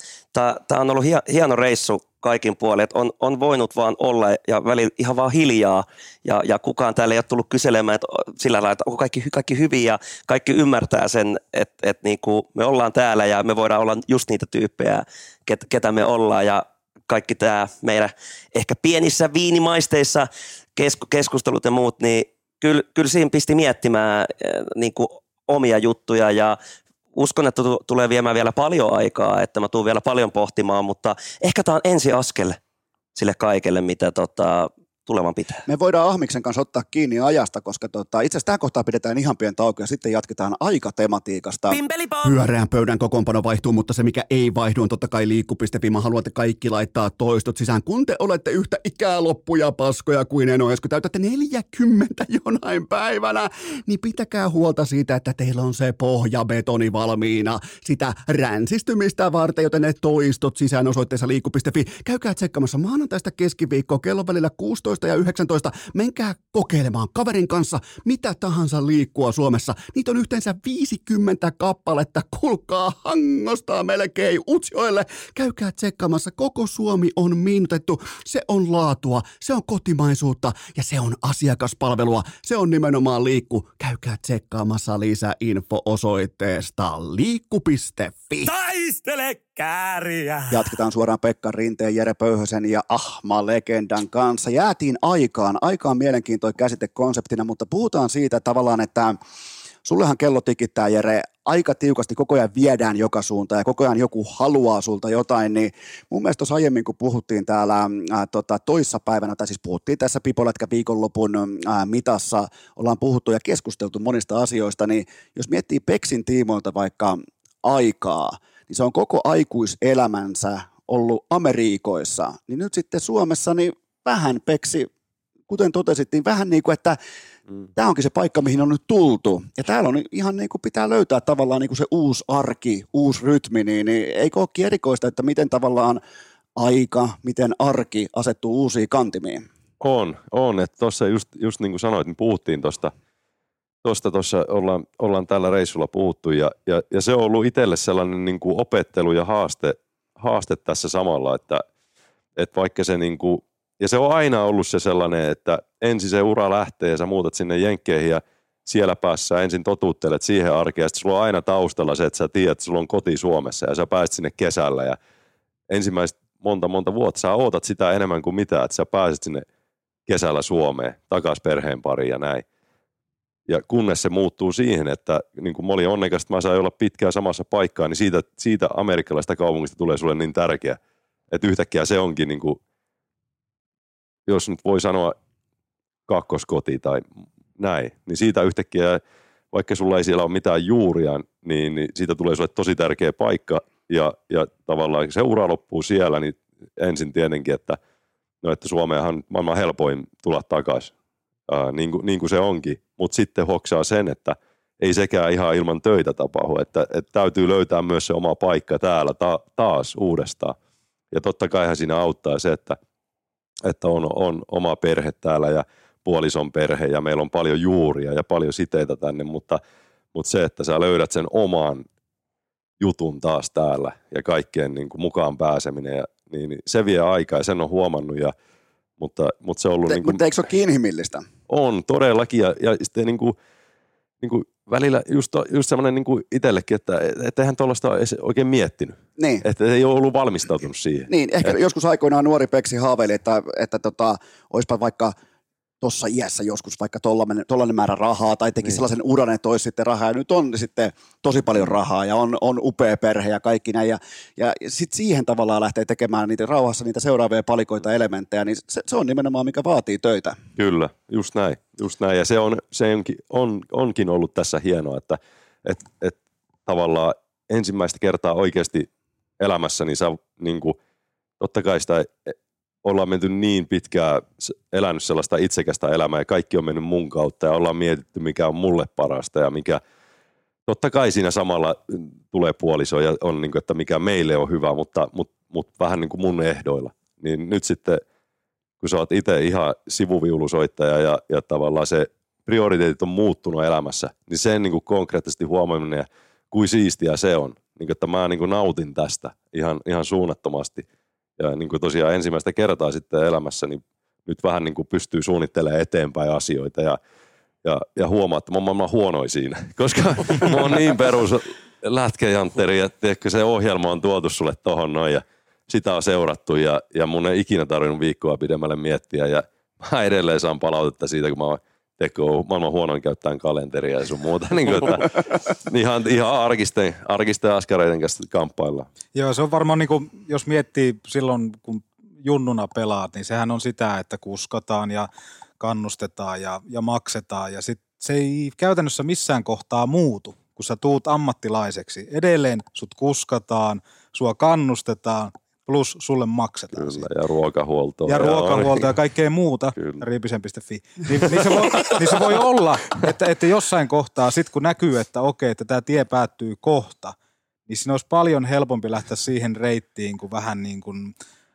tämä on ollut hieno reissu kaikin puolin, että on, on voinut vaan olla ja välillä ihan vaan hiljaa ja, ja kukaan täällä ei ole tullut kyselemään, että sillä lailla, että onko kaikki, kaikki hyvin ja kaikki ymmärtää sen, että, että niinku me ollaan täällä ja me voidaan olla just niitä tyyppejä, ket, ketä me ollaan ja kaikki tämä meidän ehkä pienissä viinimaisteissa keskustelut ja muut, niin kyllä, kyllä siinä pisti miettimään niinku omia juttuja ja uskon, että tulee viemään vielä paljon aikaa, että mä tuun vielä paljon pohtimaan, mutta ehkä tämä on ensi askel sille kaikelle, mitä tota, tulevan pitää. Me voidaan Ahmiksen kanssa ottaa kiinni ajasta, koska tota, itse asiassa tähän kohtaa pidetään ihan pieni tauko ja sitten jatketaan aikatematiikasta. Pyöreän pöydän kokoonpano vaihtuu, mutta se mikä ei vaihdu on totta kai liikku piste fi. Mä haluan, että kaikki laittaa toistot sisään, kun te olette yhtä ikäloppuja paskoja kuin Eno Esko. Täytätte neljäkymmentä jonain päivänä, niin pitäkää huolta siitä, että teillä on se pohjabetoni valmiina sitä ränsistymistä varten, joten ne toistot sisään osoitteessa liikku piste fi. Käykää tsekkaamassa maanantaista keskiviikkoa kellon välillä kuusitoista ja yhdeksäntoista. Menkää kokeilemaan kaverin kanssa mitä tahansa liikkua Suomessa. Niitä on yhteensä viisikymmentä kappaletta. Kuulkaa, hangostaa melkein Utsjoelle. Käykää tsekkaamassa. Koko Suomi on miinutettu. Se on laatua, se on kotimaisuutta ja se on asiakaspalvelua. Se on nimenomaan liikku. Käykää tsekkaamassa lisäinfo osoitteesta liikku piste fi. Taistele kääriä! Jatketaan suoraan Pekka Rinteen, Jere Pöyhösen ja Ahma-legendan kanssa. Jäätiin aikaan. Aika on mielenkiintoinen käsite konseptina, mutta puhutaan siitä tavallaan, että sullehan kello tikittää, Jere, aika tiukasti, koko ajan viedään joka suuntaan ja koko ajan joku haluaa sulta jotain, niin mun mielestä tuossa aiemmin, kun puhuttiin täällä ää, tota, toissapäivänä, tai siis puhuttiin tässä Pipolätkä viikonlopun ää, mitassa, ollaan puhuttu ja keskusteltu monista asioista, niin jos miettii Peksin tiimoilta vaikka aikaa, niin se on koko aikuiselämänsä ollut Amerikoissa, niin nyt sitten Suomessa niin vähän Peksi, kuten totesit, niin vähän niin kuin, että mm. tämä onkin se paikka, mihin on nyt tultu. Ja täällä on ihan niin kuin pitää löytää tavallaan niin kuin se uusi arki, uusi rytmi, niin, niin eikö olekin erikoista, että miten tavallaan aika, miten arki asettuu uusiin kantimiin? On, on. Että tuossa just, just niin kuin sanoit, niin puhuttiin tuosta, tuosta tuossa ollaan, ollaan tällä reissulla puhuttu ja, ja, ja se on ollut itselle sellainen niin kuin opettelu ja haaste, haaste tässä samalla, että, että vaikka se niin kuin, ja se on aina ollut se sellainen, että ensin se ura lähtee ja sä muutat sinne Jenkkeihin ja siellä päässä ensin totuuttelet siihen arkeen ja sitten sulla on aina taustalla se, että sä tiedät, että sulla on koti Suomessa ja sä pääset sinne kesällä ja ensimmäistä monta monta vuotta sä ootat sitä enemmän kuin mitään, että sä pääset sinne kesällä Suomeen takaisin perheen pariin ja näin. Ja kunnes se muuttuu siihen, että niin kuin mä olin onnekas, että mä sain olla pitkään samassa paikkaan, niin siitä, siitä amerikkalaista kaupungista tulee sulle niin tärkeä, että yhtäkkiä se onkin, niin kuin, jos nyt voi sanoa kakkoskoti tai näin, niin siitä yhtäkkiä, vaikka sulla ei siellä ole mitään juuria, niin, niin siitä tulee sulle tosi tärkeä paikka ja, ja tavallaan se ura loppuu siellä, niin ensin tietenkin, että, no, että Suomeenhan on maailman helpoin tulla takaisin, ää, niin, kuin, niin kuin se onkin, mutta sitten hoksaa sen, että ei sekään ihan ilman töitä tapahdu, että, että täytyy löytää myös se oma paikka täällä ta, taas uudestaan. Ja totta kaihan siinä auttaa se, että, että on, on oma perhe täällä ja puolison perhe ja meillä on paljon juuria ja paljon siteitä tänne, mutta, mutta se, että sä löydät sen oman jutun taas täällä ja kaikkeen niin kuin mukaan pääseminen, ja, niin, niin se vie aikaa ja sen on huomannut, ja, mutta, mutta se on ollut... Te, niin kuin, mutta eikö se ole inhimillistä? On, todellakin, ja, ja sitten niin kuin, niin kuin välillä just, just semmoinen niin kuin itsellekin, että et eihän tuollaista oikein miettinyt. Niin. Että ei ole ollut valmistautunut siihen. Niin, ehkä Et, joskus aikoinaan nuori Peksi haaveili, että, että tota, olisipa vaikka tuossa iässä joskus vaikka tollainen, tollainen määrä rahaa tai teki niin. sellaisen uran, että olisi sitten rahaa. Ja nyt on sitten tosi paljon rahaa ja on, on upea perhe ja kaikki näin. Ja, ja sitten siihen tavallaan lähtee tekemään niitä rauhassa niitä seuraavia palikoita, elementtejä, niin se, se on nimenomaan mikä vaatii töitä. Kyllä, just näin. Just näin. Ja se, on, se onkin, on, onkin ollut tässä hienoa, että et, et tavallaan ensimmäistä kertaa oikeasti elämässä, niin sä niin kuin, totta kai sitä ollaan menty niin pitkään, elänyt sellaista itsekästä elämää ja kaikki on mennyt mun kautta ja ollaan mietitty, mikä on mulle parasta ja mikä, totta kai siinä samalla tulee puoliso ja on niin kuin, että mikä meille on hyvä, mutta, mutta, mutta vähän niin kuin mun ehdoilla. Niin nyt sitten, kun sä oot itse ihan sivuviulusoittaja ja, ja tavallaan se prioriteetit on muuttunut elämässä, niin sen niin kuin konkreettisesti huomaaminen, kuin siistiä se on. Niin kuin, että mä niin kuin nautin tästä ihan, ihan suunnattomasti. Ja niin kuin tosiaan ensimmäistä kertaa sitten elämässä, niin nyt vähän niin kuin pystyy suunnittelemaan eteenpäin asioita ja, ja, ja huomaa, että mä oon maailman huonoin siinä. Koska mä oon niin perus lätkäjantteri, että se ohjelma on tuotu sulle tohon noin ja sitä on seurattu ja, ja mun ei ikinä tarvinnut viikkoa pidemmälle miettiä ja mä edelleen saan palautetta siitä, kun mä oon teko maailman huonoin käyttäen kalenteria ja sun muuta. Niin kuin, että ihan, ihan arkisten, arkisten askareiden kanssa kamppaillaan. Joo, se on varmaan, niin kuin, jos miettii silloin, kun junnuna pelaat, niin sehän on sitä, että kuskataan ja kannustetaan ja, ja maksetaan. Ja sit se ei käytännössä missään kohtaa muutu, kun sä tuut ammattilaiseksi. Edelleen sut kuskataan, sua kannustetaan, plus sulle maksetaan. Kyllä, ja ruokahuoltoa. Ja, ja ruokahuoltoa ja kaikkea muuta, riipisen piste fi. Niin, niin, se voi, niin se voi olla, että, että jossain kohtaa, sit kun näkyy, että okei, että tämä tie päättyy kohta, niin siinä olisi paljon helpompi lähteä siihen reittiin, kun vähän niin kuin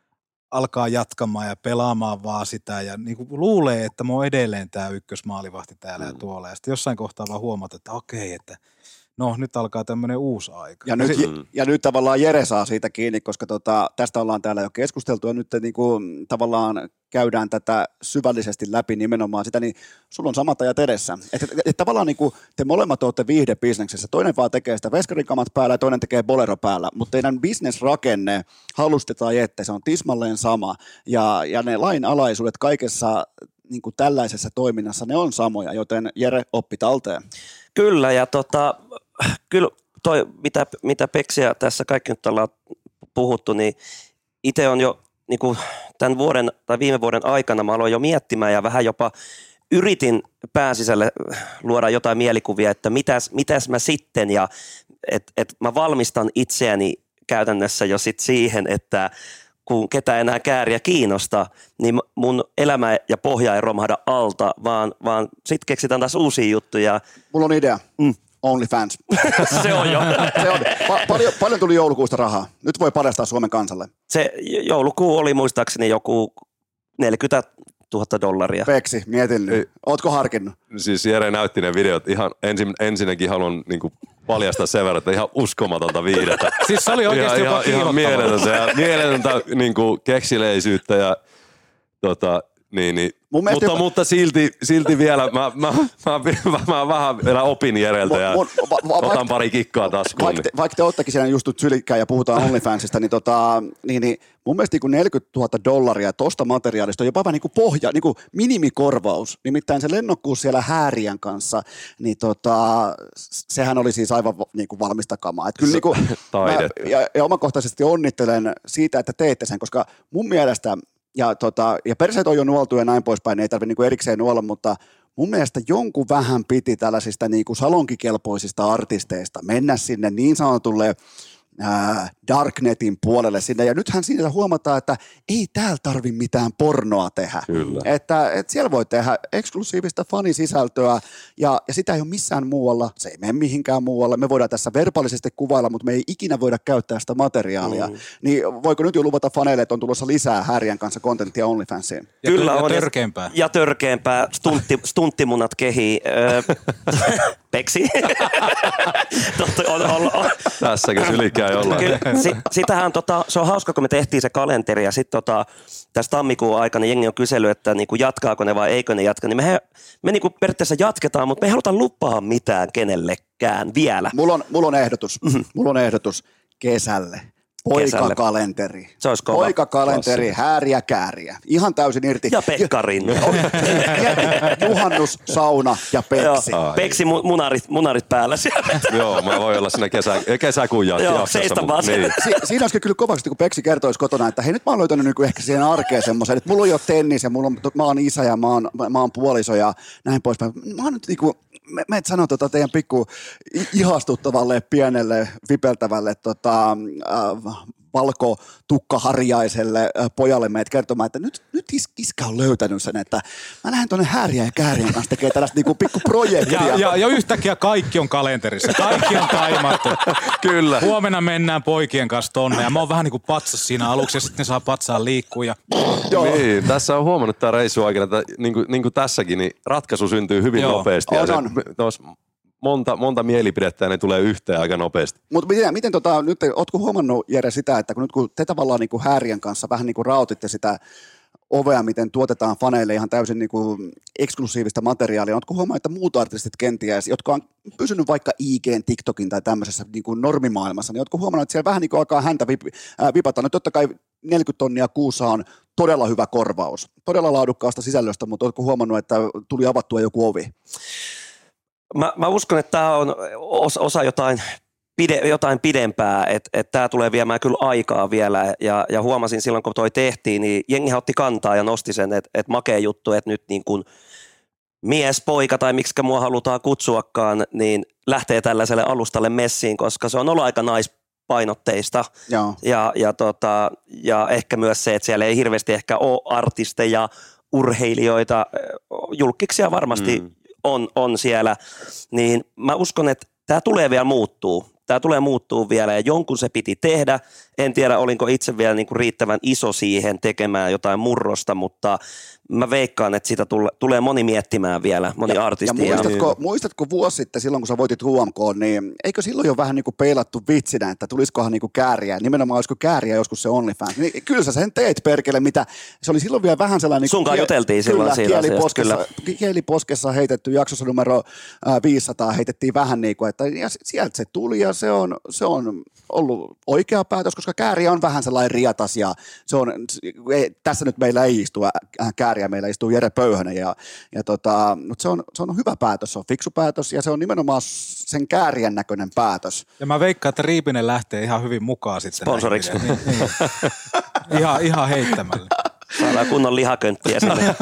alkaa jatkamaan ja pelaamaan vaan sitä ja niin kuin luulee, että mä oon edelleen tämä ykkösmaalivahti täällä mm. ja tuolla. Ja sitten jossain kohtaa vaan huomata, että okei, että no nyt alkaa tämmöinen uusi aika. Ja nyt, mm. ja nyt tavallaan Jere saa siitä kiinni, koska tota, tästä ollaan täällä jo keskusteltu ja nyt niin kuin, tavallaan käydään tätä syvällisesti läpi nimenomaan sitä, niin sulla on samat ajat edessä. Että et, et, tavallaan niin kuin te molemmat olette viihdebisneksessä, toinen vaan tekee sitä veskarikamat päällä ja toinen tekee bolero päällä, mutta teidän bisnesrakenne, halustetaan että se on tismalleen sama ja, ja ne lainalaisuudet kaikessa niin kuin tällaisessa toiminnassa, ne on samoja, joten Jere, oppi talteen. Kyllä, ja tota, kyllä toi, mitä, mitä Peksiä tässä kaikki nyt ollaan puhuttu, niin itse on jo niin kuin tämän vuoden tai viime vuoden aikana mä aloin jo miettimään ja vähän jopa yritin pääsisälle luoda jotain mielikuvia, että mitäs, mitäs mä sitten ja että et mä valmistan itseäni käytännössä jo sit siihen, että kun ketään enää kääriä kiinnostaa, niin mun elämä ja pohja ei romahda alta, vaan, vaan sit keksitään taas uusia juttuja. Mulla on idea. Mm. OnlyFans. Se on jo. Se on. Pa- paljon, paljon tuli joulukuusta rahaa. Nyt voi paljastaa Suomen kansalle. Se joulukuu oli muistaakseni joku neljäkymmentätuhatta dollaria. Peksi, mietin nyt. Ootko harkinnut? Siis Jere näytti ne videot. Ihan ensin, ensinnäkin haluan niin kuin paljastaa sen verran, että ihan uskomatonta viihdettä. Siis se oli oikeasti ihan, jopa ihan, ihan mieletöntä, ja mieletöntä niin kuin keksileisyyttä ja tota, niin, niin. Mutta, jopa... mutta silti, silti vielä mä, mä, mä, mä, mä vähän vielä opin Jereltä ja mun, va, va, otan vaikka, pari kikkaa taskuun. Vaikka te, vaikka te oottekin siellä just sylikkään ja puhutaan OnlyFansista, niin, tota, niin, niin mun mielestä niin neljäkymmentätuhatta dollaria tosta materiaalista on jopa vähän niin kuin pohja, niin kuin minimikorvaus. Nimittäin se lennokkuus siellä häärien kanssa, niin tota, sehän oli siis aivan niin kuin valmista kamaa. Et kyllä niin kuin, mä, ja, ja omakohtaisesti onnittelen siitä, että teitte sen, koska mun mielestä ja, tota, ja perseet on jo nuoltu ja näin poispäin, ei tarvitse niinku erikseen nuolla, mutta mun mielestä jonkun vähän piti tällaisista niin kuin salonkikelpoisista artisteista mennä sinne niin sanotulle Äh, Darknetin puolelle sinne, ja nythän siinä huomataan, että ei täällä tarvi mitään pornoa tehdä. Kyllä. Että, että siellä voi tehdä eksklusiivista fanisisältöä, ja, ja sitä ei ole missään muualla, se ei mene mihinkään muualle, me voidaan tässä verbaalisesti kuvailla, mutta me ei ikinä voida käyttää sitä materiaalia. Mm. Niin voiko nyt jo luvata faneille, että on tulossa lisää Häärien kanssa kontenttia OnlyFansiin? Ja Kyllä ja on. törkeämpää. Ja törkeämpää. Stuntti, stunttimunat kehii. Peksi. Totta, on, on, on. Tässäkin sylikää jollain. Kyllä, si, sitähän tota, se on hauska, kun me tehtiin se kalenteri ja sitten tota, tässä tammikuun aikana jengi on kysellyt, että niinku jatkaako ne vai eikö ne jatka, niin me, me niinku periaatteessa jatketaan, mutta me ei haluta lupaa mitään kenellekään vielä. Mulla on, mulla on ehdotus, mm-hmm. mulla on ehdotus kesälle. Poikakalenteri. Se olisi kova. Poikakalenteri, Hääriä, Kääriä. Ihan täysin irti. Ja Pekka Rinne. Juhannus, sauna ja Peksi. Joo, Peksi munarit, munarit päällä siellä. Joo, mä voin olla siinä kesä, kesäkuun Joo, jaksossa. seistä vaan Niin. Si- siinä olisi kyllä kovaksi, kun Peksi kertoisi kotona, että hei nyt mä oon löytänyt niin ehkä siihen arkeen semmoisen, että mulla on jo tennis ja mulla on, mä oon isä ja mä oon, mä oon puoliso ja näin poispäin. Mä oon nyt niinku, mä, mä et sano tota teidän pikku ihastuttavalle, pienelle, vipeltävälle tota, äh, valkotukkaharjaiselle äh, pojalle meitä kertomaan, että nyt, nyt is, iskä on löytänyt sen, että mä lähden tuonne Häärien ja Käärien kanssa tekemään tällaista niinku pikku projektia. Ja, ja, ja yhtäkkiä kaikki on kalenterissa, kaikki on taimattu. Kyllä. Huomenna mennään poikien kanssa tonne ja mä oon vähän niin kuin patsas siinä aluksi ja sitten ne saa patsaan liikkua. Ja... Niin, tässä on huomannut tämän reissun aikana, että niin kuin, niin kuin tässäkin, niin ratkaisu syntyy hyvin Joo, nopeasti. on, ja on. Se, monta, monta mielipidettä ja ne tulee yhteen aika nopeasti. Mutta miten, miten tota, nyt, ootko huomannut Jere sitä, että kun nyt kun te tavallaan niin kuin Häärien kanssa vähän niin kuin rautitte sitä ovea, miten tuotetaan faneille ihan täysin niin kuin eksklusiivista materiaalia, ootko huomannut, että muut artistit kenties, jotka on pysynyt vaikka I G:n, TikTokin tai tämmöisessä niin kuin normimaailmassa, niin ootko huomannut, että siellä vähän niin kuin alkaa häntä vip, äh, vipata. No totta kai neljäkymmentä tonnia kuussa on todella hyvä korvaus, todella laadukkaasta sisällöstä, mutta ootko huomannut, että tuli avattua joku ovi? Mä, mä uskon, että tämä on osa jotain, pide, jotain pidempää, että et tämä tulee viemään kyllä aikaa vielä ja, ja huomasin silloin, kun toi tehtiin, niin jengihän otti kantaa ja nosti sen, että et makea juttu, että nyt niin kuin mies, poika tai miksikä mua halutaan kutsuakaan, niin lähtee tällaiselle alustalle messiin, koska se on ollut aika naispainotteista Joo. ja, ja, tota, ja ehkä myös se, että siellä ei hirveästi ehkä ole artisteja, urheilijoita, julkkiksia varmasti mm. on, on siellä, niin mä uskon, että tämä tulee vielä muuttuu. Tämä tulee muuttuu vielä ja jonkun se piti tehdä. En tiedä, olinko itse vielä niinku riittävän iso siihen tekemään jotain murrosta, mutta mä veikkaan, että sitä tule, tulee moni miettimään vielä, moni ja, artisti. Ja muistatko, muistatko vuosi sitten silloin, kun sä voitit U M K, niin eikö silloin jo vähän niin kuin peilattu vitsinä, että tulisikohan niin kuin Kääriä, nimenomaan olisiko Kääriä joskus se OnlyFans. Niin, kyllä sä sen teet perkele, mitä, se oli silloin vielä vähän sellainen... Sunkaan juteltiin silloin kyllä, siitä kieliposkessa, asiasta, kyllä. Kieliposkessa heitetty, jaksossa numero viisisataa heitettiin vähän niin kuin, että ja sieltä se tuli ja se on, se on ollut oikea päätös, koska Kääriä on vähän sellainen riatas ja se on, ei, tässä nyt meillä ei istu Kääriä, meillä istuu Jere Pöyhönen ja, ja tota, mutta se on, se on hyvä päätös, se on fiksu päätös ja se on nimenomaan sen Käärien näköinen päätös. Ja mä veikkaan, että Riipinen lähtee ihan hyvin mukaan sitten. Sponsoriksi. Niin, niin. ihan, ihan heittämällä. Saadaan kunnon lihakönttiä sinne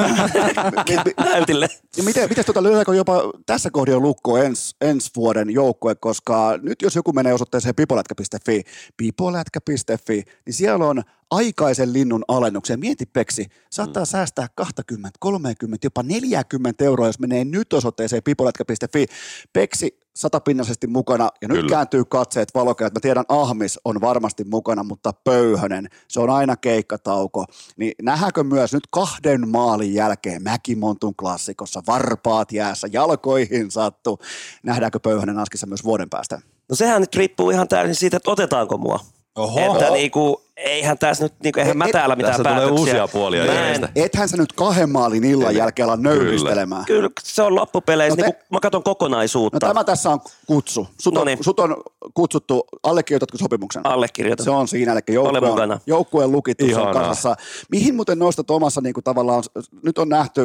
näytille. Ja miten, miten tuota, lyödäänkö jopa tässä kohdassa lukkoon ens, ensi vuoden joukkue, koska nyt jos joku menee osoitteeseen pipolätkä piste fi, pipolätkä piste fi, niin siellä on aikaisen linnun alennuksen. Mieti Peksi, saattaa mm. säästää kaksikymmentä, kolmekymmentä, jopa neljäkymmentä euroa, jos menee nyt osoitteeseen pipolätkä piste fi. Peksi satapinnaisesti mukana ja nyt Kyllä. kääntyy katseet valokeilta. Mä tiedän, Ahmis on varmasti mukana, mutta Pöyhönen, se on aina keikkatauko. Niin nähdäänkö myös nyt kahden maalin jälkeen Mäkimontun klassikossa, varpaat jäässä, jalkoihin sattu. Nähdäänkö Pöyhönen Askissa myös vuoden päästä? No sehän nyt riippuu ihan täysin siitä, että otetaanko mua. Oho. Että niinku, eihän tässä nyt, niinku, eihän Et- mä täällä mitään tässä päätöksiä. tulee uusia puolia Mä Jerestä. en- Ethän sä nyt kahden maalin illan jälkeen ala nöyristelemään. Kyllä se on loppupeleissä, No te- niinku, mä katson kokonaisuutta. No tämä tässä on kutsu. Sut on, Noniin. sut on kutsuttu, allekirjoitatko sopimuksen? Allekirjoitan. Se on siinä, eli Olen joukkue mukana. on, joukkue on lukittu, se on Ihanaa. kasassa. Mihin muuten nostat omassa niin kuin tavallaan, nyt on nähty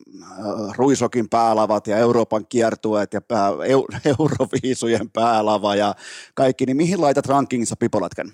äh, Ruisokin päälavat ja Euroopan kiertueet ja pää, eu, Euroviisujen päälava ja kaikki, niin mihin laitat rankingissa pipolätkän?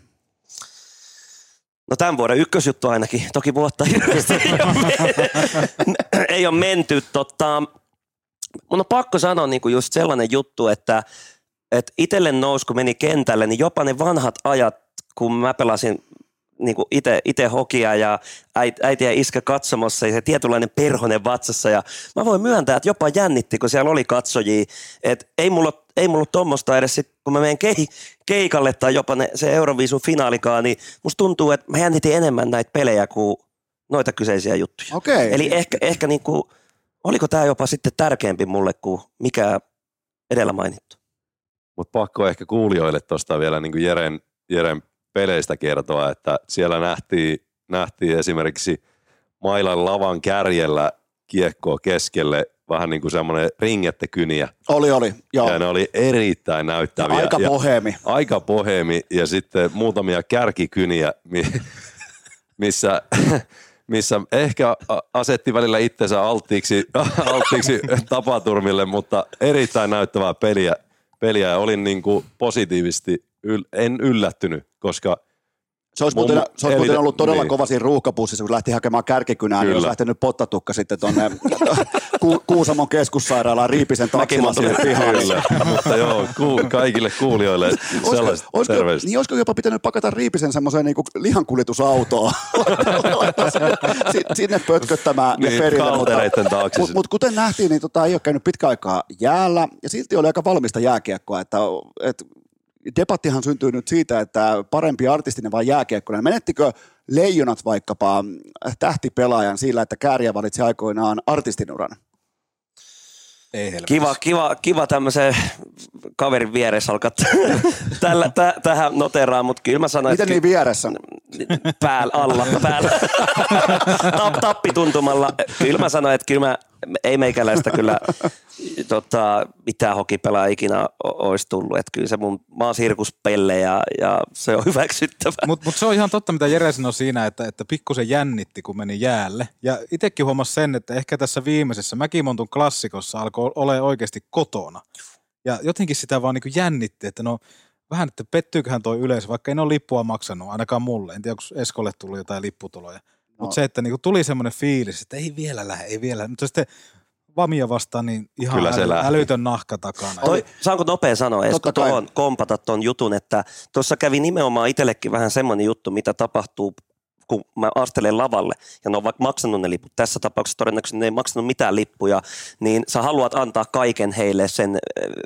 No tämän vuoden ykkösjuttu ainakin. Toki vuotta hirveästi ei ole, ei ole menty. Tota, mun on pakko sanoa niin kuin just sellainen juttu, että, että itselle nousi, kun meni kentälle, niin jopa ne vanhat ajat, kun mä pelasin niin kuin ite, ite hokia ja äiti ja iskä katsomassa ja se tietynlainen perhonen vatsassa. Ja mä voin myöntää, että jopa jännitti, kun siellä oli katsojia. Että ei mulla, ei mulla tommoista edes, sit, kun mä menen kei, keikalle tai jopa ne, se Euroviisun finaalikaan, niin musta tuntuu, että mä jännitin enemmän näitä pelejä kuin noita kyseisiä juttuja. Okay. Eli ehkä, ehkä niin kuin, oliko tämä jopa sitten tärkeämpi mulle kuin mikä edellä mainittu. Mutta pakko ehkä kuulijoille tuosta vielä niin kuin Jeren, Jeren peleistä kertoa, että siellä nähtiin, nähtiin esimerkiksi mailan lavan kärjellä kiekkoa keskelle vähän niin kuin semmoinen ringettekyniä. Oli, oli, joo. Ja ne oli erittäin näyttäviä. Aika boheemi. Ja, aika boheemi ja sitten muutamia kärkikyniä, missä, missä ehkä asetti välillä itsensä alttiiksi, alttiiksi tapaturmille, mutta erittäin näyttävää peliä. peliä ja olin niin kuin positiivisesti, yl, en yllättynyt, koska se olisi muuten, se olisi muuten ollut todella niin. kova siinä ruuhkapussissa, kun lähti hakemaan kärkikynää, Kyllä. niin olisi lähtenyt pottatukka sitten tuonne Ku, Kuusamon keskussairaalaan Riipisen taksilla sinne pihaan. Mutta joo, ku, kaikille kuulijoille sellaiset olisiko, terveiset. Niin olisiko jopa pitänyt pakata Riipisen semmoiseen niin lihankuljetusautoon, sinne pötköttämään niin, ne perille. Kaltereiden taakse. Mutta mut kuten nähtiin, niin tota, ei ole käynyt pitkä aikaa jäällä, ja silti oli aika valmista jääkiekkoa, että, että debattihan syntyy nyt siitä, että parempi artistinen vai jääkiekkoinen. Menettikö Leijonat vaikkapa tähtipelaajan sillä, että Kääriä valitsi aikoinaan artistinuran? Ei kiva, kiva, kiva tämmöisen kaverin vieressä alkaa tällä, tä, tähän noteraan, mutta kyllä mä sanoin, miten niin vieressä? Päällä, alla, päällä, Tap, tappituntumalla. Kyllä mä sanoin, että kyllä mä, ei meikäläistä kyllä tota, mitään hokipelaa ikinä olisi tullut. Että kyllä se mun, mä oon sirkuspelle ja, ja se on hyväksyttävä. Mutta mut se on ihan totta, mitä Jere sanoi siinä, että, että pikkusen jännitti, kun meni jäälle. Ja itsekin huomasi sen, että ehkä tässä viimeisessä Mäkimontun klassikossa alkoi olla oikeasti kotona. Ja jotenkin sitä vaan niin jännitti, että no vähän, että pettyyköhän toi yleisö, vaikka en ole lippua maksanut, ainakaan mulle. En tiedä, onko Eskolle tullut jotain lipputuloja. No. Mutta se, että niinku tuli semmoinen fiilis, että ei vielä lähde, ei vielä. Mutta sitten Vamia vastaan, niin ihan äly, älytön nahka takana. Toi, saanko nopea sanoa, Esko, tuohon kompata tuon jutun, että tuossa kävi nimenomaan itsellekin vähän semmoinen juttu, mitä tapahtuu, kun mä astelen lavalle, ja ne on vaikka maksanut ne liput, tässä tapauksessa todennäköisesti ne ei maksanut mitään lippuja, niin sä haluat antaa kaiken heille sen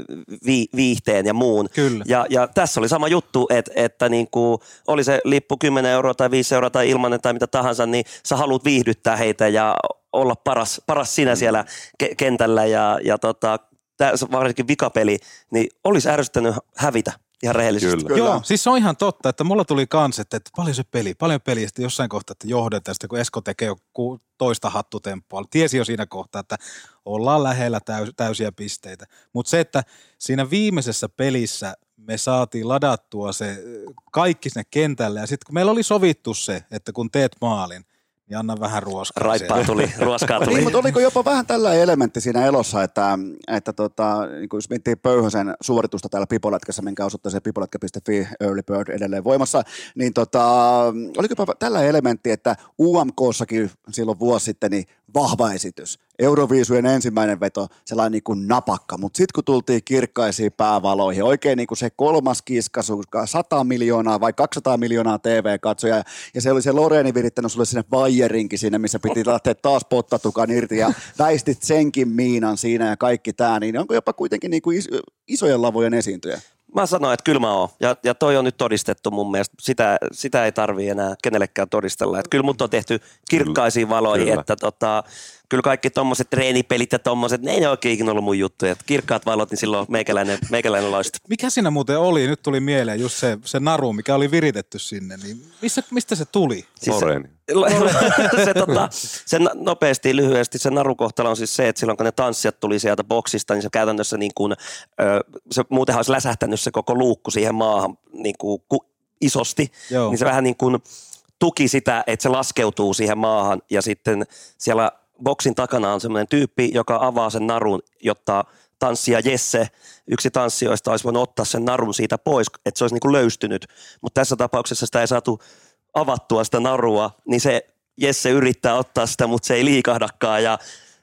vi- viihteen ja muun. Kyllä. Ja, ja tässä oli sama juttu, että, että niin kuin oli se lippu kymmenen euroa tai viisi euroa tai ilmanen tai mitä tahansa, niin sä haluat viihdyttää heitä ja olla paras, paras sinä siellä ke- kentällä ja, ja tota, tässä varsinkin vikapeli, niin olisi ärsyttänyt hävitä. Ihan rehellisesti. Kyllä. Joo, siis se on ihan totta, että mulla tuli kans, että, että paljon se peli, paljon peliä, sitten jossain kohtaa, että johdetaan sitä, kun Esko tekee joku toista hattutemppua. Tiesi jo siinä kohtaa, että ollaan lähellä täys, täysiä pisteitä. Mutta se, että siinä viimeisessä pelissä me saatiin ladattua se kaikki sinne kentälle, ja sitten kun meillä oli sovittu se, että kun teet maalin, niin anna vähän ruoskaa. Raippaa tuli, ruoskaa tuli. Niin, mutta oliko jopa vähän tällainen elementti siinä elossa, että, että tota, niin jos miettii Pöyhösen suoritusta täällä Pipolätkässä, minkä osoitteeseen pipolätkä piste fi, Early Bird edelleen voimassa, niin tota, oliko jopa tällainen elementti, että U M K:ssakin silloin vuosi sitten niin vahva esitys. Euroviisujen ensimmäinen veto, sellainen niin kuin napakka, mutta sitten kun tultiin kirkkaisiin päävaloihin, oikein niin kuin se kolmas kiskasu, sata miljoonaa vai kaksisataa miljoonaa T V-katsoja, ja se oli se Loreeni virittänyt sulle sinne vaierinkin sinne, missä piti lähteä taas pottatukan irti, ja väistit senkin miinan siinä ja kaikki tämä, niin onko jopa kuitenkin niin kuin isojen lavojen esiintyjä? Mä sanoin, että kyllä mä oon. Ja, ja toi on nyt todistettu mun mielestä. Sitä, sitä ei tarvii enää kenellekään todistella. Että kyllä mut on tehty kirkkaisiin valoihin, kyllä. Että tota, kyllä kaikki tommoset treenipelit ja tommoset, ne ei oikein ikinä ollut mun juttuja. Että kirkkaat valot, niin silloin meikäläinen, meikäläinen loistu. Mikä siinä muuten oli? Nyt tuli mieleen just se, se naru, mikä oli viritetty sinne. Niin missä, mistä se tuli? Siis Loreeni. Se, se, tota, se nopeasti, lyhyesti, se narukohtalo on siis se, että silloin kun ne tanssijat tuli sieltä boksista, niin se käytännössä niin kuin, se muutenhan olisi läsähtänyt se koko luukku siihen maahan niin kuin isosti, Joo. niin se vähän niin kuin tuki sitä, että se laskeutuu siihen maahan ja sitten siellä boksin takana on semmoinen tyyppi, joka avaa sen narun, jotta tanssija Jesse, yksi tanssijoista, olisi voinut ottaa sen narun siitä pois, että se olisi niin kuin löystynyt, mutta tässä tapauksessa sitä ei saatu avattua sitä narua, niin se Jesse yrittää ottaa sitä, mutta se ei liikahdakaan ja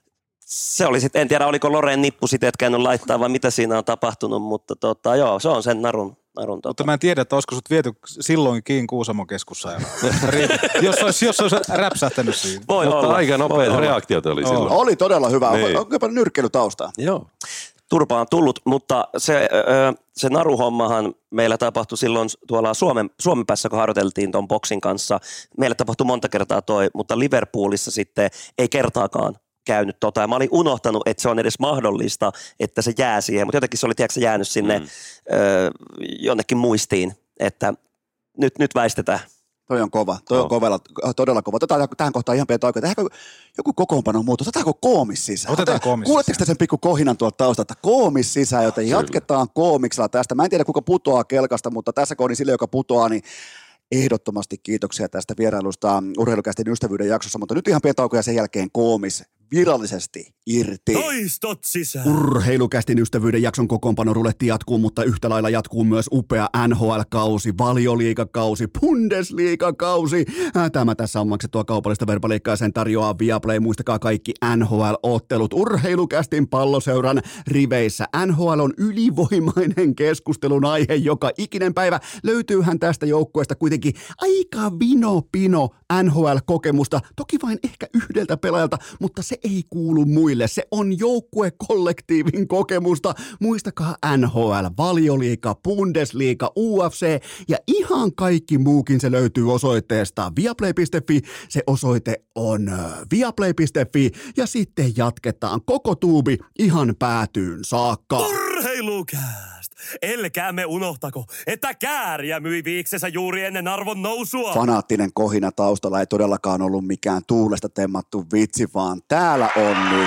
se oli sitten, en tiedä oliko Loren nippusiteet käynyt laittaa vai mitä siinä on tapahtunut, mutta tota, joo, se on sen narun. narun tota. Mutta mä en tiedä, että olisiko sut viety silloinkin Kuusamon keskussairaalaan. jos, olisi, jos olisi räpsähtänyt siinä. Voi Mutta olla. aika nopeita reaktiota oli silloin. Oli todella hyvä. Niin. Onko paljon nyrkkeilytaustaa? Joo. Turpa on tullut, mutta se, se naruhommahan meillä tapahtui silloin tuolla Suomen, Suomen päässä, kun harjoiteltiin ton boksin kanssa. Meillä tapahtui monta kertaa toi, mutta Liverpoolissa sitten ei kertaakaan käynyt tota. Ja mä olin unohtanut, että se on edes mahdollista, että se jää siihen, mutta jotenkin se oli tiedätkö, jäänyt sinne mm. ö, jonnekin muistiin, että nyt, nyt väistetään. Toi on kova, toi on kovella, todella kova. Otetaan tähän kohtaan ihan pieni tauko. Tehdäänkö joku kokoonpano muutos? Otetaanko koomis sisään? Otetaan koomis Kuuletteko te sen pikku kohinan tuolta taustalta? Koomis sisään, joten Kyllä. jatketaan koomiksella tästä. Mä en tiedä, kuka putoaa kelkasta, mutta tässä kohdin sille, joka putoaa, niin ehdottomasti kiitoksia tästä vierailusta Urheilukästin ystävyyden jaksossa. Mutta nyt ihan pieni tauko ja sen jälkeen koomis virallisesti irti. Toistot sisään. Urheilukästin ystävyyden jakson kokoonpano ruletti jatkuu, mutta yhtä lailla jatkuu myös upea N H L-kausi, Valioliigakausi, Bundesliigakausi. Tämä tässä on maksettua kaupallista verbaliikkaa ja sen tarjoaa Viaplay. Muistakaa kaikki N H L-ottelut Urheilukästin palloseuran riveissä. N H L on ylivoimainen keskustelun aihe joka ikinen päivä. Löytyyhän tästä joukkueesta kuitenkin aika vino pino N H L-kokemusta. Toki vain ehkä yhdeltä pelaajalta, mutta se ei kuulu muille. Se on joukkuekollektiivin kokemusta. Muistakaa N H L, Valioliiga, Bundesliga, U F C ja ihan kaikki muukin se löytyy osoitteesta viaplay piste fi. Se osoite on viaplay piste fi ja sitten jatketaan koko tuubi ihan päätyyn saakka. Urheilukääst! Elkäämme unohtako, että Kääriä myi viiksensä juuri ennen arvon nousua. Fanaattinen kohina taustalla ei todellakaan ollut mikään tuulesta temmattu vitsi, vaan täällä on nyt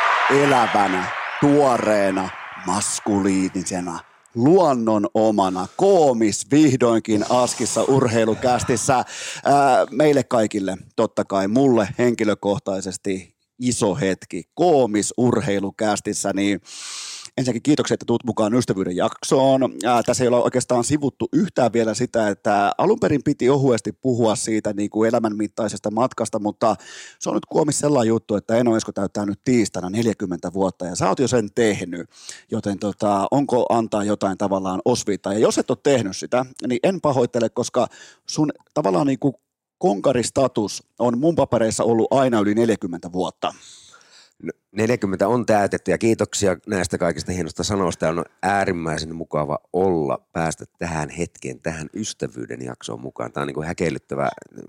elävänä, tuoreena, maskuliinisena, luonnon omana koomis vihdoinkin askissa Urheilukästissä. Ää, meille kaikille, totta kai mulle henkilökohtaisesti iso hetki koomis Urheilukästissä, niin ensinnäkin kiitoksia, että tuut mukaan ystävyyden jaksoon. Ää, tässä ei ole oikeastaan sivuttu yhtään vielä sitä, että alun perin piti ohuesti puhua siitä niin kuin elämänmittaisesta matkasta, mutta se on nyt koomis sellainen juttu, että Eno Esko täyttää nyt tiistaina neljäkymmentä vuotta ja sä oot jo sen tehnyt, joten tota, onko antaa jotain tavallaan osviittaa. Ja jos et ole tehnyt sitä, niin en pahoittele, koska sun tavallaan niin kuin konkaristatus on mun papereissa ollut aina yli neljäkymmentä vuotta. neljäkymmentä on täytetty ja kiitoksia näistä kaikista hienosta sanoista. On äärimmäisen mukava olla, päästä tähän hetkeen, tähän ystävyyden jaksoon mukaan. Tämä on niin kuin häkellyttävä,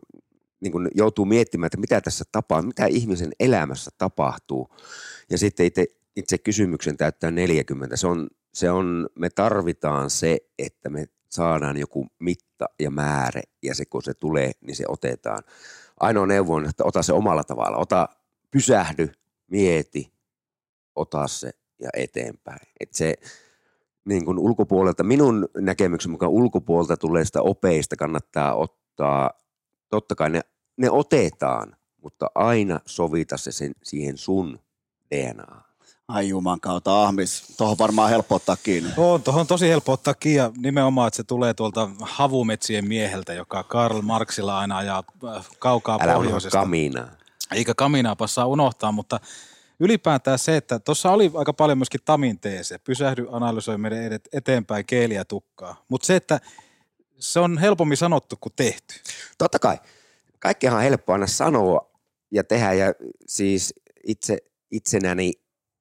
niin kuin joutuu miettimään, että mitä tässä tapahtuu, mitä ihmisen elämässä tapahtuu. Ja sitten itse, itse kysymyksen täyttää neljäkymmentä. Se on, se on, me tarvitaan se, että me saadaan joku mitta ja määrä ja se kun se tulee, niin se otetaan. Ainoa neuvo on, että ota se omalla tavalla. Ota, pysähdy. Mieti, ota se ja eteenpäin. Et se niin kun ulkopuolelta, minun näkemyksen mukaan ulkopuolelta tulee sitä opeista kannattaa ottaa, totta kai ne, ne otetaan, mutta aina sovita se sen, siihen sun D N A. Ai juman kautta ahmis, tuohon varmaan helppo ottaa kiinni. On, tuohon on tosi helppo ottaa kiinni ja nimenomaan, että se tulee tuolta havumetsien mieheltä, joka Karl Marxilla aina ajaa kaukaa Älä pohjoisesta. Älä kaminaa. Eikä kaminaa passaa unohtaa, mutta ylipäätään se, että tuossa oli aika paljon myöskin Tamin teese, pysähdy, analysoi meidän eteenpäin keeliä tukkaa. Mutta se, että se on helpommin sanottu kuin tehty. Totta kai. Kaikkihan on helppo aina sanoa ja tehdä ja siis itse, itsenäni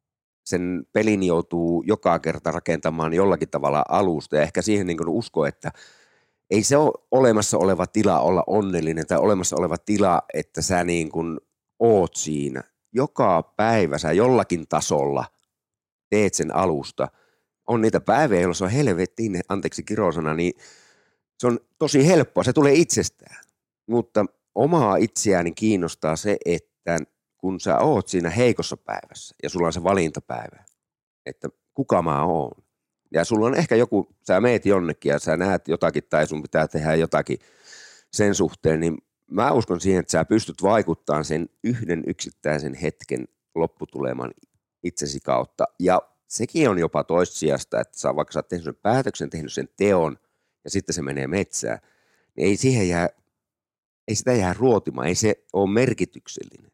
sen pelin joutuu joka kerta rakentamaan jollakin tavalla alusta ja ehkä siihen niin kuin usko, että ei se ole olemassa oleva tila olla onnellinen tai olemassa oleva tila, että sä niin kuin oot siinä. Joka päivä sä jollakin tasolla teet sen alusta. On niitä päiviä, joilla se on helvettiin, anteeksi kirosana, niin se on tosi helppoa. Se tulee itsestään. Mutta omaa itseäni kiinnostaa se, että kun sä oot siinä heikossa päivässä ja sulla on se valintapäivä, että kuka mä oon. Ja sulla on ehkä joku, sä meet jonnekin ja sä näet jotakin tai sun pitää tehdä jotakin sen suhteen, niin mä uskon siihen, että sä pystyt vaikuttamaan sen yhden yksittäisen hetken lopputuleman itsesi kautta. Ja sekin on jopa toissijasta, että sä, vaikka sä oot tehnyt sen päätöksen, tehnyt sen teon ja sitten se menee metsään, niin ei siihen jää, ei sitä jää ruotimaan, ei se ole merkityksellinen.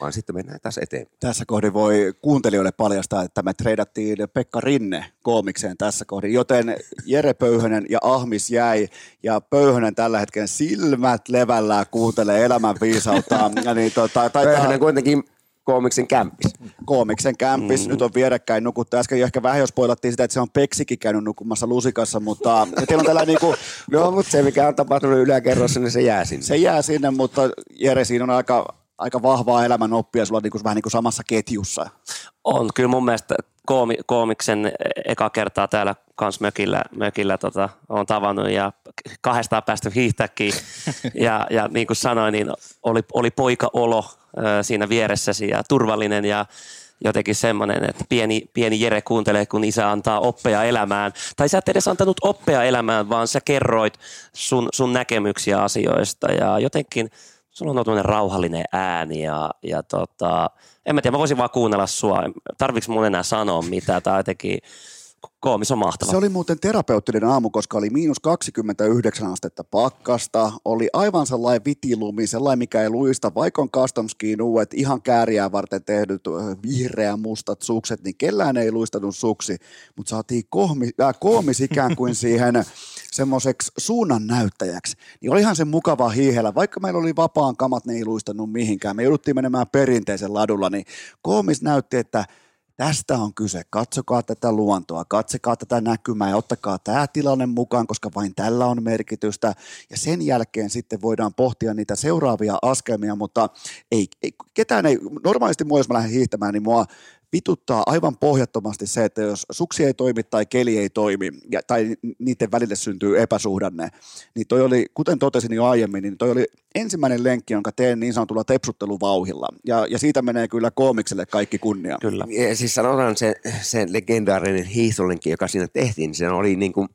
vaan sitten mennään taas eteenpäin. Tässä kohdin voi kuuntelijoille paljastaa, että me treidattiin Pekka Rinne koomikseen tässä kohdin, joten Jere Pöyhönen ja Ahmis jäi, ja Pöyhönen tällä hetkellä silmät levällään kuuntelee elämän viisautta. niin tota, taitaa... Pöyhönen kuitenkin koomiksen kämppis. Koomiksen kämppis, mm. nyt on vierekkäin nukuttu. Äsken jo ehkä vähän jo spoilattiin sitä, että se on Peksikin käynyt nukkumassa lusikassa, mutta teillä on tällä niinku... No, mutta se mikä on tapahtunut yläkerrossa, niin se jää sinne. Se jää sinne, mutta Jere, siinä on aika, aika vahvaa elämän oppia, sulla on niinku, vähän niin kuin samassa ketjussa. On, kyllä mun mielestä koomi, koomiksen eka kertaa täällä kans mökillä, mökillä tota, on tavannut ja kahdestaan päästy hiihtääkin. ja, ja niin kuin sanoin, niin oli, oli poikaolo siinä vieressäsi ja turvallinen ja jotenkin semmoinen, että pieni, pieni Jere kuuntelee, kun isä antaa oppeja elämään. Tai sä et edes antanut oppeja elämään, vaan sä kerroit sun, sun näkemyksiä asioista ja jotenkin sulla on tuollainen rauhallinen ääni ja, ja tota, en mä tiedä, mä voisin vaan kuunnella sua. Tarviks mun enää sanoa mitään tai jotenkin koomis on mahtava. Se oli muuten terapeuttinen aamu, koska oli miinus kaksikymmentäyhdeksän astetta pakkasta, oli aivan sellainen vitilumi, sellainen mikä ei luista, vaikka on custom skiin uudet, ihan kääriää varten tehdyt vihreä mustat sukset, niin kellään ei luistanut suksi, mutta saatiin kohmi, äh, koomis ikään kuin siihen semmoiseksi suunnan näyttäjäksi. Niin olihan se mukava hiihellä, vaikka meillä oli vapaan kamat, ne ei luistanut mihinkään, me jouduttiin menemään perinteisen ladulla, niin koomis näytti, että tästä on kyse. Katsokaa tätä luontoa, katsokaa tätä näkymää ja ottakaa tämä tilanne mukaan, koska vain tällä on merkitystä. Ja sen jälkeen sitten voidaan pohtia niitä seuraavia askelmia, mutta ei, ei ketään ei, normaalisti mua, jos mä lähden hiihtämään, niin mua vituttaa aivan pohjattomasti se, että jos suksi ei toimi tai keli ei toimi ja, tai niiden välille syntyy epäsuhdanne, niin toi oli, kuten totesin jo aiemmin, niin toi oli ensimmäinen lenkki, jonka teen niin sanotulla tepsutteluvauhilla ja, ja siitä menee kyllä koomikselle kaikki kunnia. Kyllä. Ja siis sanotaan se, se legendaarinen hiihtolenkki, joka siinä tehtiin, niin se oli niin kuin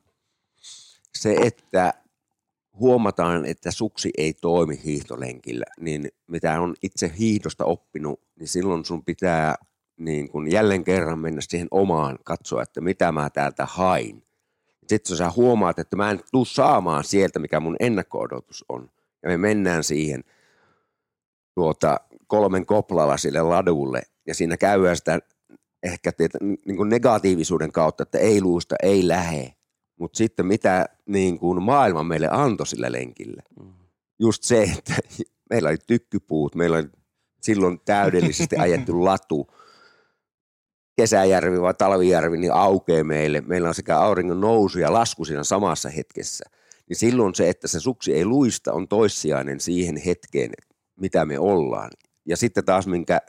se, että huomataan, että suksi ei toimi hiihtolenkillä, niin mitä on itse hiihdosta oppinut, niin silloin sun pitää niin kun jälleen kerran mennä siihen omaan katsoa, että mitä mä täältä hain. Sitten sä huomaat, että mä en tule saamaan sieltä, mikä mun ennakko-odotus on. Ja me mennään siihen tuota, kolmen koplalla sille ladulle. Ja siinä käydään sitä ehkä teitä, niin kuin negatiivisuuden kautta, että ei luusta, ei lähe. Mutta sitten mitä niin kuin maailma meille antoi sillä lenkillä. Just se, että meillä oli tykkypuut, meillä oli silloin täydellisesti ajettu latu. Kesäjärvi vai Talvijärvi niin aukeaa meille. Meillä on sekä auringon nousu ja lasku siinä samassa hetkessä. Niin silloin se, että se suksi ei luista, on toissijainen siihen hetkeen, mitä me ollaan. Ja sitten taas, minkä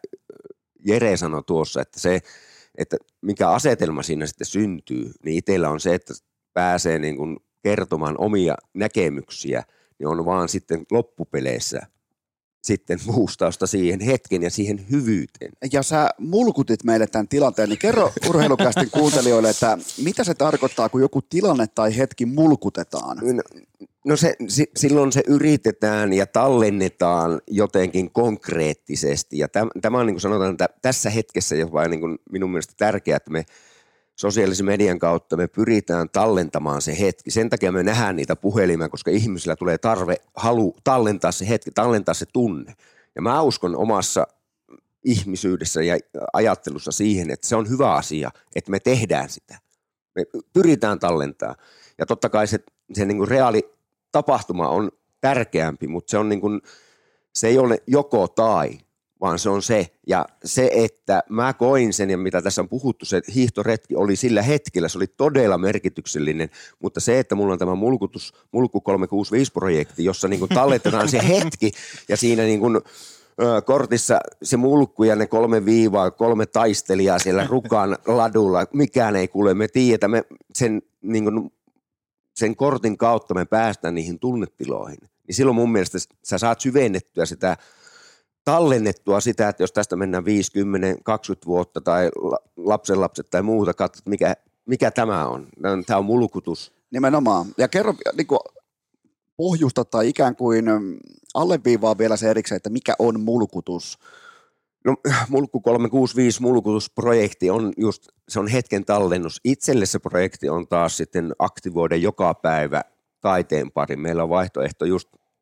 Jere sanoi tuossa, että se, että mikä asetelma siinä sitten syntyy, niin itsellä on se, että pääsee niin kuin kertomaan omia näkemyksiä, niin on vaan sitten loppupeleissä sitten muustausta siihen hetken ja siihen hyvyyteen. Ja sä mulkutit meille tämän tilanteen, niin kerro urheilukästin kuuntelijoille, että mitä se tarkoittaa, kun joku tilanne tai hetki mulkutetaan? No, no se, si, silloin se yritetään ja tallennetaan jotenkin konkreettisesti. Ja täm, tämä on niin kuin sanotaan, että tässä hetkessä jopa niin kuin minun mielestä tärkeää, että me sosiaalisen median kautta me pyritään tallentamaan se hetki. Sen takia me nähdään niitä puhelimia, koska ihmisillä tulee tarve, halu tallentaa se hetki, tallentaa se tunne. Ja mä uskon omassa ihmisyydessä ja ajattelussa siihen, että se on hyvä asia, että me tehdään sitä. Me pyritään tallentaa. Ja totta kai se, se niin kuin reaali tapahtuma on tärkeämpi, mutta se, on niin kuin, se ei ole joko tai, vaan se on se. Ja se, että mä koin sen, ja mitä tässä on puhuttu, se hiihtoretki oli sillä hetkellä, se oli todella merkityksellinen, mutta se, että mulla on tämä mulkutus, Mulkku kolmesataakuusikymmentäviisi-projekti, jossa niin kuin talletetaan se hetki, ja siinä niin kuin, ö, kortissa se mulkku ja ne kolme viivaa, kolme taistelijaa siellä Rukan ladulla, mikään ei kuule, me tiedetään, sen, niin kuin, sen kortin kautta me päästään niihin tunnetiloihin. Niin silloin mun mielestä sä saat syvennettyä sitä, tallennettua sitä, että jos tästä mennään viisikymmentä kaksikymmentä vuotta tai lapsenlapset tai muuta, katsot, mikä, mikä tämä on. Tämä on mulkutus. Nimenomaan. Ja kerro niin kuin pohjusta tai ikään kuin alleviivaa vielä se erikseen, että mikä on mulkutus? No, Mulkku kolmesataakuusikymmentäviisi mulkutusprojekti on just, se on hetken tallennus. Itselle se projekti on taas sitten aktivoida joka päivä taiteen pari. Meillä on vaihtoehto just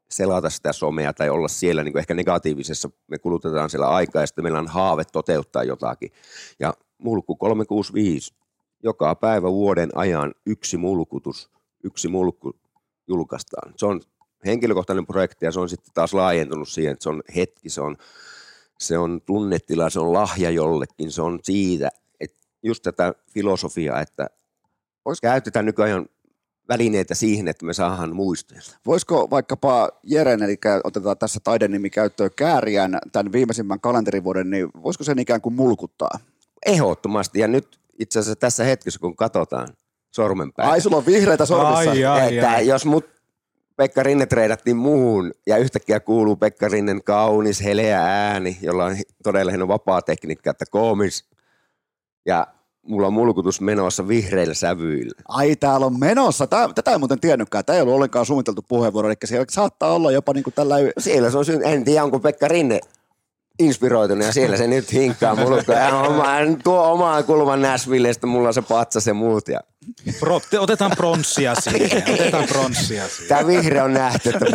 selata sitä somea tai olla siellä niin kuin ehkä negatiivisessa, me kulutetaan siellä aikaa ja sitten meillä on haave toteuttaa jotakin. Ja mulkku kolme kuusi viisi, joka päivä vuoden ajan yksi mulkutus, yksi mulkku julkaistaan. Se on henkilökohtainen projekti ja se on sitten taas laajentunut siihen, että se on hetki, se on, se on tunnetila, se on lahja jollekin, se on siitä, että just tätä filosofiaa, että käytetään nykyajan välineitä siihen, että me saadaan muistoja. Voisiko vaikkapa Jeren, eli otetaan tässä taidenimi käyttöön, Kääriän tämän viimeisimmän kalenterivuoden, niin voisiko sen ikään kuin mulkuttaa? Ehdottomasti, ja nyt itse asiassa tässä hetkessä, kun katsotaan sormenpäitä. Ai, sulla on vihreitä sormissa. Ai, ai, että ai. jos mut Pekka Rinne treidattiin muuhun ja yhtäkkiä kuuluu Pekka Rinnen kaunis, heleä ääni, jolla on todella hieno vapaa tekniikka, että koomis. Ja mulla on mulkutus menossa vihreillä sävyillä. Ai, täällä on menossa. Tää, tätä ei muuten tiennytkään. Tämä ei ollut ollenkaan suunniteltu puheenvuoro, eli siellä saattaa olla jopa niin kuin tällä... Siellä se on syyn, en tiedä onko Pekka Rinne inspiroitunut ja siellä se nyt hinkkaa mulkkaa. Tuo omaan kulman Nashvillestä, mulla on se patsas ja muut. Ja... Pro, te, otetaan pronssia siihen. Otetaan pronssia siihen. Tämä vihreä on nähty. Että...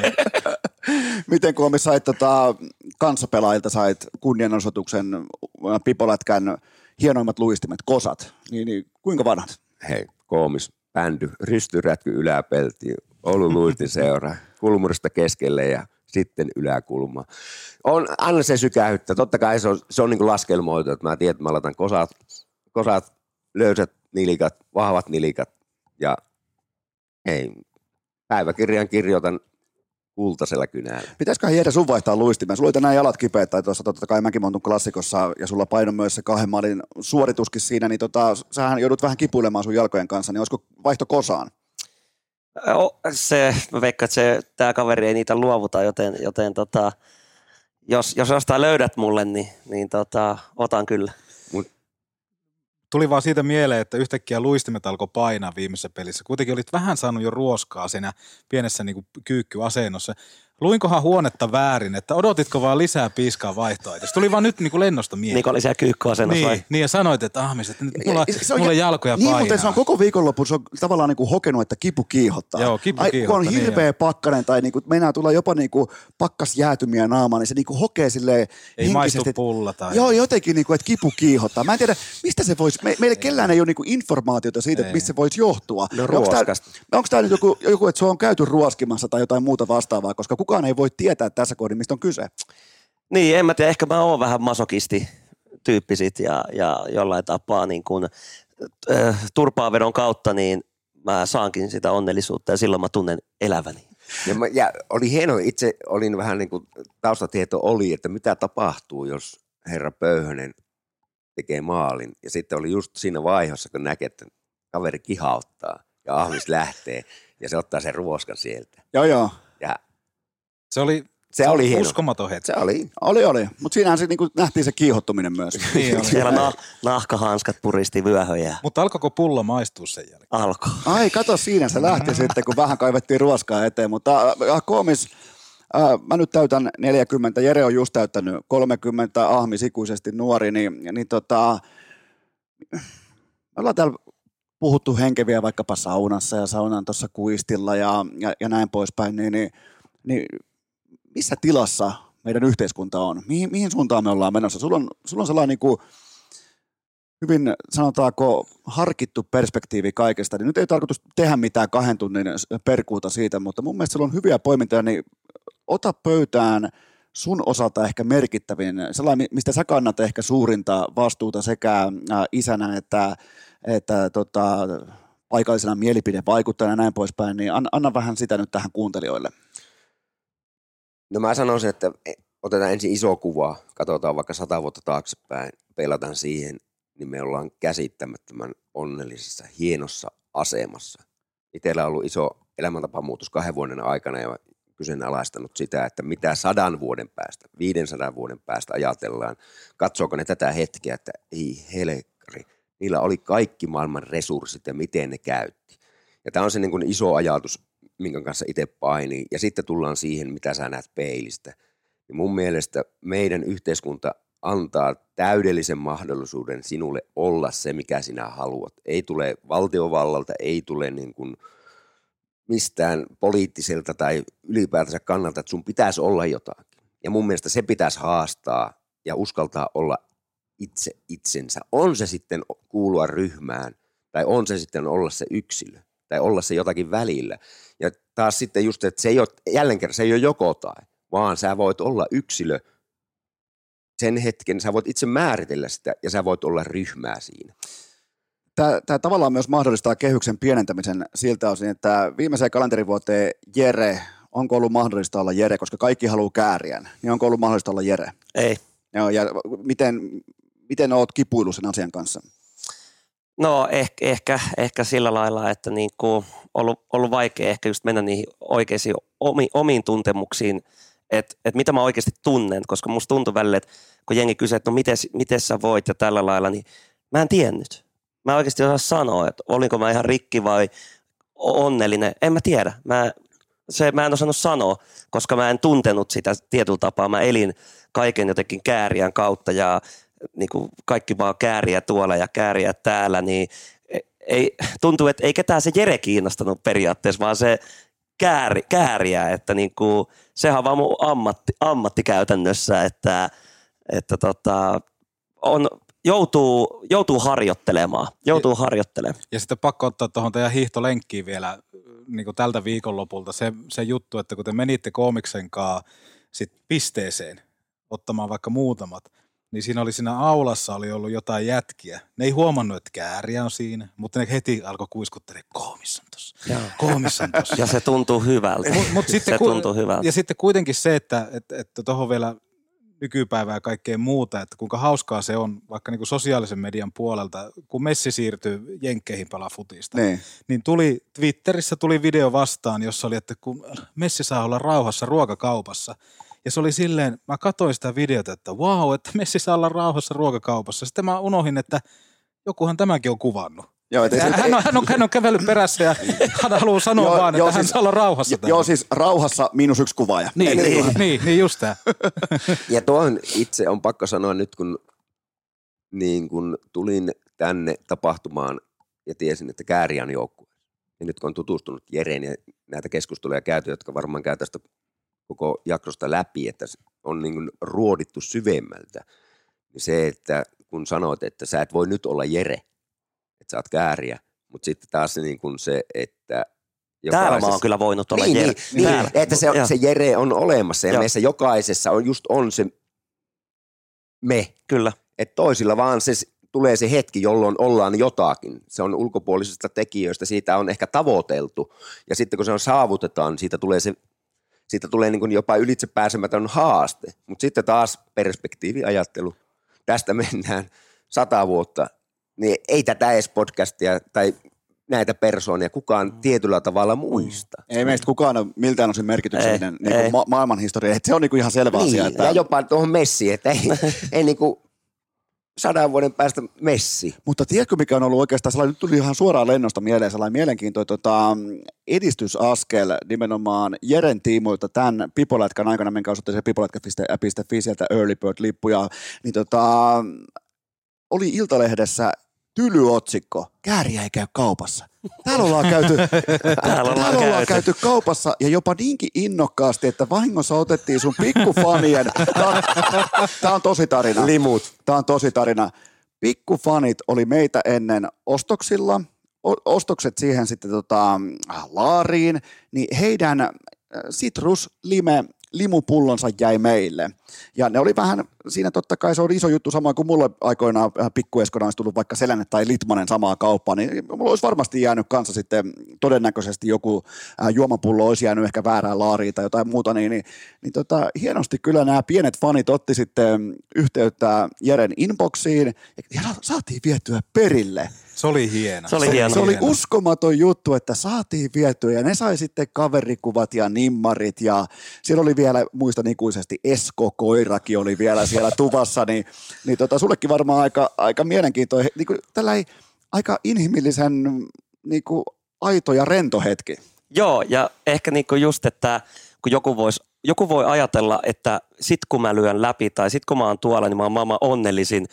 Miten Koomi sait tota, kanssapelaajilta sait kunnianosoituksen Pipolätkän hienoimmat luistimet, kosat, niin, niin kuinka vanhat? Hei, koomis, bändy, ristyrätky yläpelti, Oulun luistin seura, kulmurista keskelle ja sitten yläkulma. On, anna se sykäyttä. Totta kai se on, se on niin kuin laskelmoitu, että mä tiedän, että mä laitan kosat, kosat, löysät nilikat, vahvat nilikat ja hei, päiväkirjan kirjoitan kultaisella kynällä. Pitäisiköhän Jere sun vaihtaa luistimeen? Sulla oli tänään jalat kipeät, tai tuossa totta kai Mäkimontun klassikossa, ja sulla paino myös se kahden maalin suorituskin siinä, niin tota, sähän joudut vähän kipuilemaan sun jalkojen kanssa, niin olisiko vaihto kosaan? Se, mä veikkaan, että se, tää kaveri ei niitä luovuta, joten, joten tota, jos, jos jostain löydät mulle, niin, niin tota, otan kyllä. Tuli vaan siitä mieleen, että yhtäkkiä luistimet alkoi painaa viimeisessä pelissä. Kuitenkin olit vähän saanut jo ruoskaa siinä pienessä niin kuin kyykkyasennossa. Luinkohan huonetta väärin, että odotitko vaan lisää piiskaa vaihtoa? Se tuli vaan nyt niin kuin lennosta mieleen. Niin kuin oli siellä kyykkyasennossa niin, vai? Niin, ja sanoit, että ahmis, että nyt mulla, on, mulla jalkoja niin, painaa. Niin, mutta se on koko viikonloppu, se on tavallaan niin kuin hokenut, että kipu kiihottaa. Joo, kipu Ai, kiihottaa. kun on hirveä niin, pakkanen tai niin kuin, meinaa tulla jopa niin kuin pakkasjäätymiä naamaan, niin se niin kuin hokee silleen ei maistu pulla tai... Joo, jotenkin, niin kuin, että kipu kiihottaa. Mä en tiedä, mistä se voisi, me, meille kellään ei ole niin kuin informaatiota siitä, että mistä se voisi johtua. No ruoskasta. Onko tämä nyt joku, joku, että se on käyty ruoskimassa tai jotain muuta vastaavaa, koska kukaan ei voi tietää tässä kohdin, mistä on kyse. Niin, en mä tiedä, ehkä mä oon vähän masokisti tyyppi sit ja, ja jollain tapaa niin kun, äh, turpaavedon kautta niin mä saankin sitä onnellisuutta ja silloin mä tunnen eläväni. Ja, mä, ja oli hienoa, itse olin vähän niin kuin taustatieto oli, että mitä tapahtuu, jos herra Pöyhönen tekee maalin. Ja sitten oli just siinä vaiheessa, kun näkee, että kaveri kihauttaa ja ahmis lähtee ja se ottaa sen ruoskan sieltä. Joo, joo. Ja se oli... Se, se oli hieno. Uskomaton hetki. Se oli. Oli, oli. Mutta siinähän se, niin kuin, nähtiin se kiihottuminen myös. Niin siellä nah, nahkahanskat puristi vyöhöjä. Mutta alkoiko pulla maistua sen jälkeen? Alkoi. Ai, kato siinä se lähti sitten, kun vähän kaivettiin ruoskaa eteen. Mutta äh, Koomis, äh, mä nyt täytän neljäkymmentä, Jere on just täyttänyt kolmekymmentä, Ahmis ikuisesti nuori, niin, niin tota, me ollaan täällä puhuttu henkeviä vaikkapa saunassa ja saunan tuossa kuistilla ja, ja, ja näin poispäin, niin, niin, niin missä tilassa meidän yhteiskunta on? Mihin, mihin suuntaan me ollaan menossa? Sulla on, sulla on sellainen niin kuin hyvin, sanotaanko, harkittu perspektiivi kaikesta. Niin nyt ei tarkoitus tehdä mitään kahden tunnin perkuuta siitä, mutta mun mielestä sulla on hyviä poimintoja, niin ota pöytään sun osalta ehkä merkittävin, sellainen, mistä sä kannat ehkä suurinta vastuuta sekä isänä että, että tota, paikallisena mielipidevaikuttajana ja näin poispäin, niin anna, anna vähän sitä nyt tähän kuuntelijoille. No mä sanoisin, että otetaan ensin iso kuva, katsotaan vaikka sata vuotta taaksepäin, peilataan siihen, niin me ollaan käsittämättömän onnellisessa, hienossa asemassa. Itsellä on ollut iso elämäntapamuutos kahden vuoden aikana ja kyseenalaistanut sitä, että mitä sadan vuoden päästä, viidensadan vuoden päästä ajatellaan. Katsooko ne tätä hetkeä, että ei helkkari, niillä oli kaikki maailman resurssit ja miten ne käytti. Ja tämä on se niin kuin iso ajatus, minkä kanssa itse painii. Ja sitten tullaan siihen, mitä sä näet peilistä. Ja mun mielestä meidän yhteiskunta antaa täydellisen mahdollisuuden sinulle olla se, mikä sinä haluat. Ei tule valtiovallalta, ei tule niin kuin mistään poliittiselta tai ylipäätänsä kannalta, että sun pitäisi olla jotakin. Ja mun mielestä se pitäisi haastaa ja uskaltaa olla itse itsensä. On se sitten kuulua ryhmään tai on se sitten olla se yksilö tai olla se jotakin välillä. Ja taas sitten just, että se ei ole, jälleen kerran se ei ole joko tai, vaan sä voit olla yksilö sen hetken, sä voit itse määritellä sitä ja sä voit olla ryhmää siinä. Tämä, tämä tavallaan myös mahdollistaa kehyksen pienentämisen siltä osin, että viimeiseen kalenterivuoteen Jere, onko ollut mahdollista olla Jere, koska kaikki haluaa Kääriän, niin onko ollut mahdollista olla Jere? Ei. Joo, ja miten, miten olet kipuillut sen asian kanssa? No ehkä, ehkä, ehkä sillä lailla, että niinku ollut, ollut vaikea ehkä just mennä niihin oikeisiin omi, omiin tuntemuksiin, että et mitä mä oikeasti tunnen, koska musta tuntui välillä, että kun jengi kysyy, että no miten, miten sä voit ja tällä lailla, niin mä en tiennyt. Mä en oikeasti osaa sanoa, että olinko mä ihan rikki vai onnellinen. En mä tiedä. Mä, se, mä en osannut sanoa, koska mä en tuntenut sitä tietyllä tapaa. Mä elin kaiken jotenkin Kääriän kautta ja niin kuin kaikki vaan Kääriä tuolla ja Kääriä täällä. Niin ei, tuntuu, että ei ketään se Jere kiinnostanut periaatteessa, vaan se kääri, Kääriä. Että niin kuin, sehän on vaan mun ammatti, ammatti käytännössä, että, että tota, on... Joutuu, joutuu harjoittelemaan, joutuu ja, harjoittelemaan. Ja sitten pakko ottaa tuohon teidän hiihtolenkkiin vielä niin kuin tältä viikonlopulta se, se juttu, että kun te menitte koomiksen kanssa sit pisteeseen ottamaan vaikka muutamat, niin siinä oli siinä aulassa oli ollut jotain jätkiä. Ne ei huomannut, että Kääriä on siinä, mutta ne heti alkoi kuiskuttelemaan, koomis on tossa, koomis on tossa. Ja se tuntuu hyvältä. Mut, mut sitten se ku, tuntuu hyvältä. Ja sitten kuitenkin se, että tuohon että, että vielä nykypäivää ja kaikkea muuta, että kuinka hauskaa se on vaikka niin kuin sosiaalisen median puolelta, kun Messi siirtyi Jenkkeihin pelaa futista, niin. niin tuli, Twitterissä tuli video vastaan, jossa oli, että kun Messi saa olla rauhassa ruokakaupassa, ja se oli silleen, mä katsoin sitä videota, että vau, wow, että Messi saa olla rauhassa ruokakaupassa. Sitten mä unohdin, että jokuhan tämäkin on kuvannut. Joo, et, hän, hän, on, hän, on, hän on kävellyt perässä ja hän haluaa sanoa joo, vaan, että joo, hän siis, saa olla rauhassa. Joo, siis rauhassa miinus yksi kuvaaja. Niin, niin, niin, niin, niin just tämä. Ja tuohon itse on pakko sanoa nyt, kun, niin kun tulin tänne tapahtumaan ja tiesin, että Kääriä on joukkue. Ja nyt kun on tutustunut Jereen ja näitä keskusteluja käyty, jotka varmaan käy tästä koko jaksosta läpi, että on niin kuin ruodittu syvemmältä, niin se, että kun sanoit, että sä et voi nyt olla Jere, että sä oot Kääriä, mutta sitten taas se, niin kuin se että täällä mä oon kyllä voinut olla niin, Jere. Niin, niin että se, se Jere on olemassa ja Joo. meissä jokaisessa on just on se me. Kyllä. Että toisilla vaan se tulee se hetki, jolloin ollaan jotakin. Se on ulkopuolisista tekijöistä, siitä on ehkä tavoiteltu ja sitten kun se on saavutetaan, siitä tulee se siitä tulee niin kuin jopa ylitse pääsemätön haaste, mutta sitten taas perspektiiviajattelu. Tästä mennään sata vuotta, niin ei tätä edes podcastia tai näitä persoonia kukaan tietyllä tavalla muista. Ei meistä kukaan ole miltään osin merkityksellinen niin kuin ma- maailmanhistoria, että se on niin kuin ihan selvä niin, asia. Että... Ja jopa tuohon Messiin, että ei, ei niin kuin sadan vuoden päästä Messi. Mutta tiedätkö, mikä on ollut oikeastaan sellainen, nyt tuli ihan suoraan lennosta mieleen sellainen mielenkiintoinen tota, edistysaskel nimenomaan Jeren tiimoilta tämän Pipolätkän aikana, minkä osoitteeseen pipolätkä piste fi sieltä Early Bird-lippuja, niin tota, oli Iltalehdessä tylyotsikko, Kääriä ei käy kaupassa. Täällä ollaan käyty, täällä ollaan täällä ollaan käyty kaupassa ja jopa niinkin innokkaasti, että vahingossa otettiin sun pikkufanien. Tämä on tosi tarina. Limut. Tämä on tosi tarina. Pikkufanit oli meitä ennen ostoksilla, ostokset siihen sitten tota, laariin, niin heidän citrus, lime, limupullonsa jäi meille. Ja ne oli vähän, siinä totta kai se on iso juttu samoin kuin mulle aikoinaan pikkueskona olisi tullut vaikka Selänne tai Litmanen samaa kauppaa, niin mulla olisi varmasti jäänyt kanssa sitten todennäköisesti joku juomapullo olisi jäänyt ehkä väärään laariin tai jotain muuta, niin, niin, niin tota, hienosti kyllä nämä pienet fanit otti sitten yhteyttä Jeren inboxiin ja saatiin vietyä perille. Se oli hieno. Se oli, hieno. Se oli uskomaton juttu, että saatiin vietyä ja ne sai sitten kaverikuvat ja nimmarit ja siellä oli vielä, muistan ikuisesti, Esko-koirakin oli vielä siellä tuvassa, niin, niin tota, sullekin varmaan aika, aika mielenkiintoinen, niin kuin tällainen aika inhimillisen niin kuin aito ja rento hetki. Joo, ja ehkä niin kuin just, että kun joku, vois, joku voi ajatella, että sit kun mä lyön läpi tai sit kun mä oon tuolla, niin mä oon maailman onnellisin,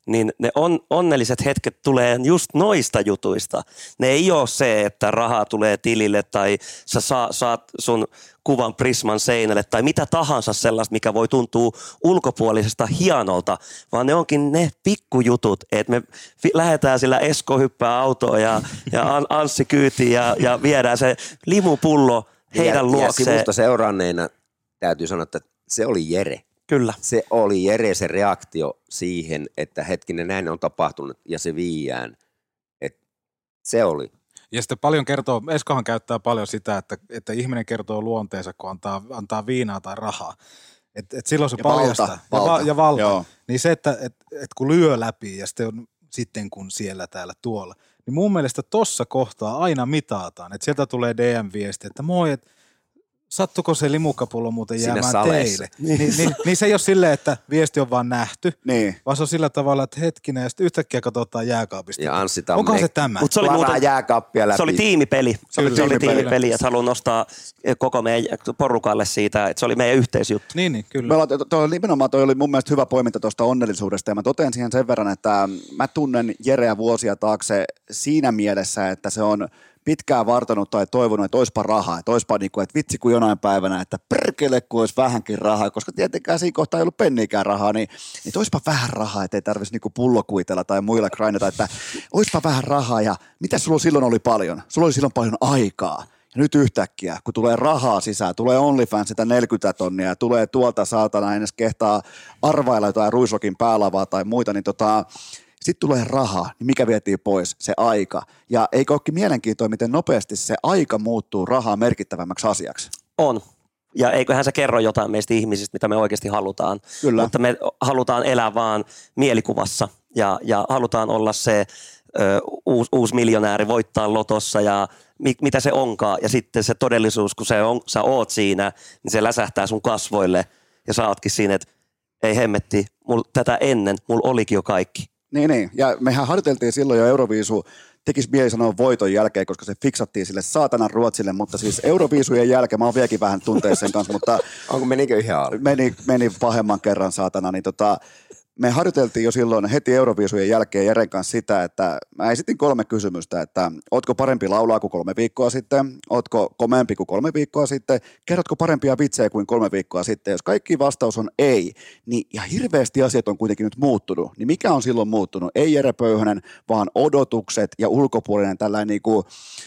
niin ne on, onnelliset hetket tulee just noista jutuista. Ne ei ole se, että rahaa tulee tilille tai sä saa, saat sun kuvan Prisman seinälle tai mitä tahansa sellaista, mikä voi tuntua ulkopuolisesta hienolta, vaan ne onkin ne pikkujutut, että me fi- lähdetään sillä Esko hyppää autoon ja, ja Anssi kyytiin ja, ja viedään se limupullo heidän ja, luokseen. Ja sivusta seuranneena täytyy sanoa, että se oli Jere. Kyllä. Se oli Jere se reaktio siihen, että hetkinen näin on tapahtunut ja se viiään. Et se oli. Ja sitten paljon kertoo, Eskohan käyttää paljon sitä, että, että ihminen kertoo luonteensa, kun antaa, antaa viinaa tai rahaa. Et, et silloin se Ja paljastaa. valta, Ja, valta. va, ja valta. Joo. Niin se, että et, et kun lyö läpi ja sitten, on, sitten kun siellä, täällä, tuolla, niin mun mielestä tossa kohtaa aina mitataan. Että sieltä tulee D M-viesti, että moi, että sattuko se limukkapullo muuten Siinä jäämään saleessa. teille? Niin, niin, niin, niin se ei ole silleen, että viesti on vaan nähty, Niin. vaan se on sillä tavalla, että hetkinen, ja sitten yhtäkkiä katsotaan jääkaapista. Ja Anssi Onkohan Tamminen se tämä? Mut se oli ladaa muuten- jääkaappia läpi. Se oli tiimipeli. Se oli, Kyllä. se oli Tiimipeli. tiimipeli, että haluan nostaa koko meidän porukalle siitä, että se oli meidän yhteisjuttu. Niin, niin, kyllä. Me ollaan, toi, oli nimenomaan toi oli mun mielestä hyvä poiminta tuosta onnellisuudesta ja mä totean siihen sen verran, että mä tunnen Jereä vuosia taakse siinä mielessä, että se on pitkään vartanut tai toivonut, että oispa rahaa, että oispa niin kuin, että vitsi kuin jonain päivänä, että perkele kun olisi vähänkin rahaa, koska tietenkään siinä kohtaa ei ollut penniikään rahaa, niin, niin oispa vähän rahaa, että ei tarvitsisi niin kuin pullokuitella tai muilla grindata, että oispa vähän rahaa ja mitä sulla silloin oli paljon? Sulla oli silloin paljon aikaa. Ja nyt yhtäkkiä, kun tulee rahaa sisään, tulee OnlyFans sitä neljäkymmentä tonnia ja tulee tuolta saatana edes kehtaa arvailla jotain Ruisrokin päälavaa tai muita, niin tota, sitten tulee rahaa, niin mikä vietiin pois? Se aika. Ja eikö olekin mielenkiintoa, miten nopeasti se aika muuttuu rahaa merkittävämmäksi asiaksi? On. Ja eiköhän se kerro jotain meistä ihmisistä, mitä me oikeasti halutaan. Kyllä. Mutta me halutaan elää vaan mielikuvassa ja, ja halutaan olla se ö, uusi, uusi miljonääri, voittaa lotossa ja mi, mitä se onkaan. Ja sitten se todellisuus, kun se on, sä oot siinä, niin se läsähtää sun kasvoille ja sä ootkin siinä, että ei hemmetti, mul, tätä ennen mulla olikin jo kaikki. Niin, niin. Ja mehän harjoiteltiin silloin jo Euroviisu, tekisi mieli sanoa voiton jälkeen, koska se fiksattiin sille saatanan Ruotsille, mutta siis Euroviisujen jälkeen, mä oon vieläkin vähän tunteessa sen kanssa, mutta Onko menikö ihan alkuun? meni, meni pahemman kerran saatana, niin tota, me harjoiteltiin jo silloin heti Euroviisujen jälkeen Jeren kanssa sitä, että mä esitin kolme kysymystä, että ootko parempi laulaa kuin kolme viikkoa sitten, ootko komeampi kuin kolme viikkoa sitten, kerrotko parempia vitsejä kuin kolme viikkoa sitten, jos kaikki vastaus on ei, niin ja hirveästi asiat on kuitenkin nyt muuttunut, niin mikä on silloin muuttunut? Ei Jere Pöyhönen, vaan odotukset ja ulkopuolinen tällainen niinku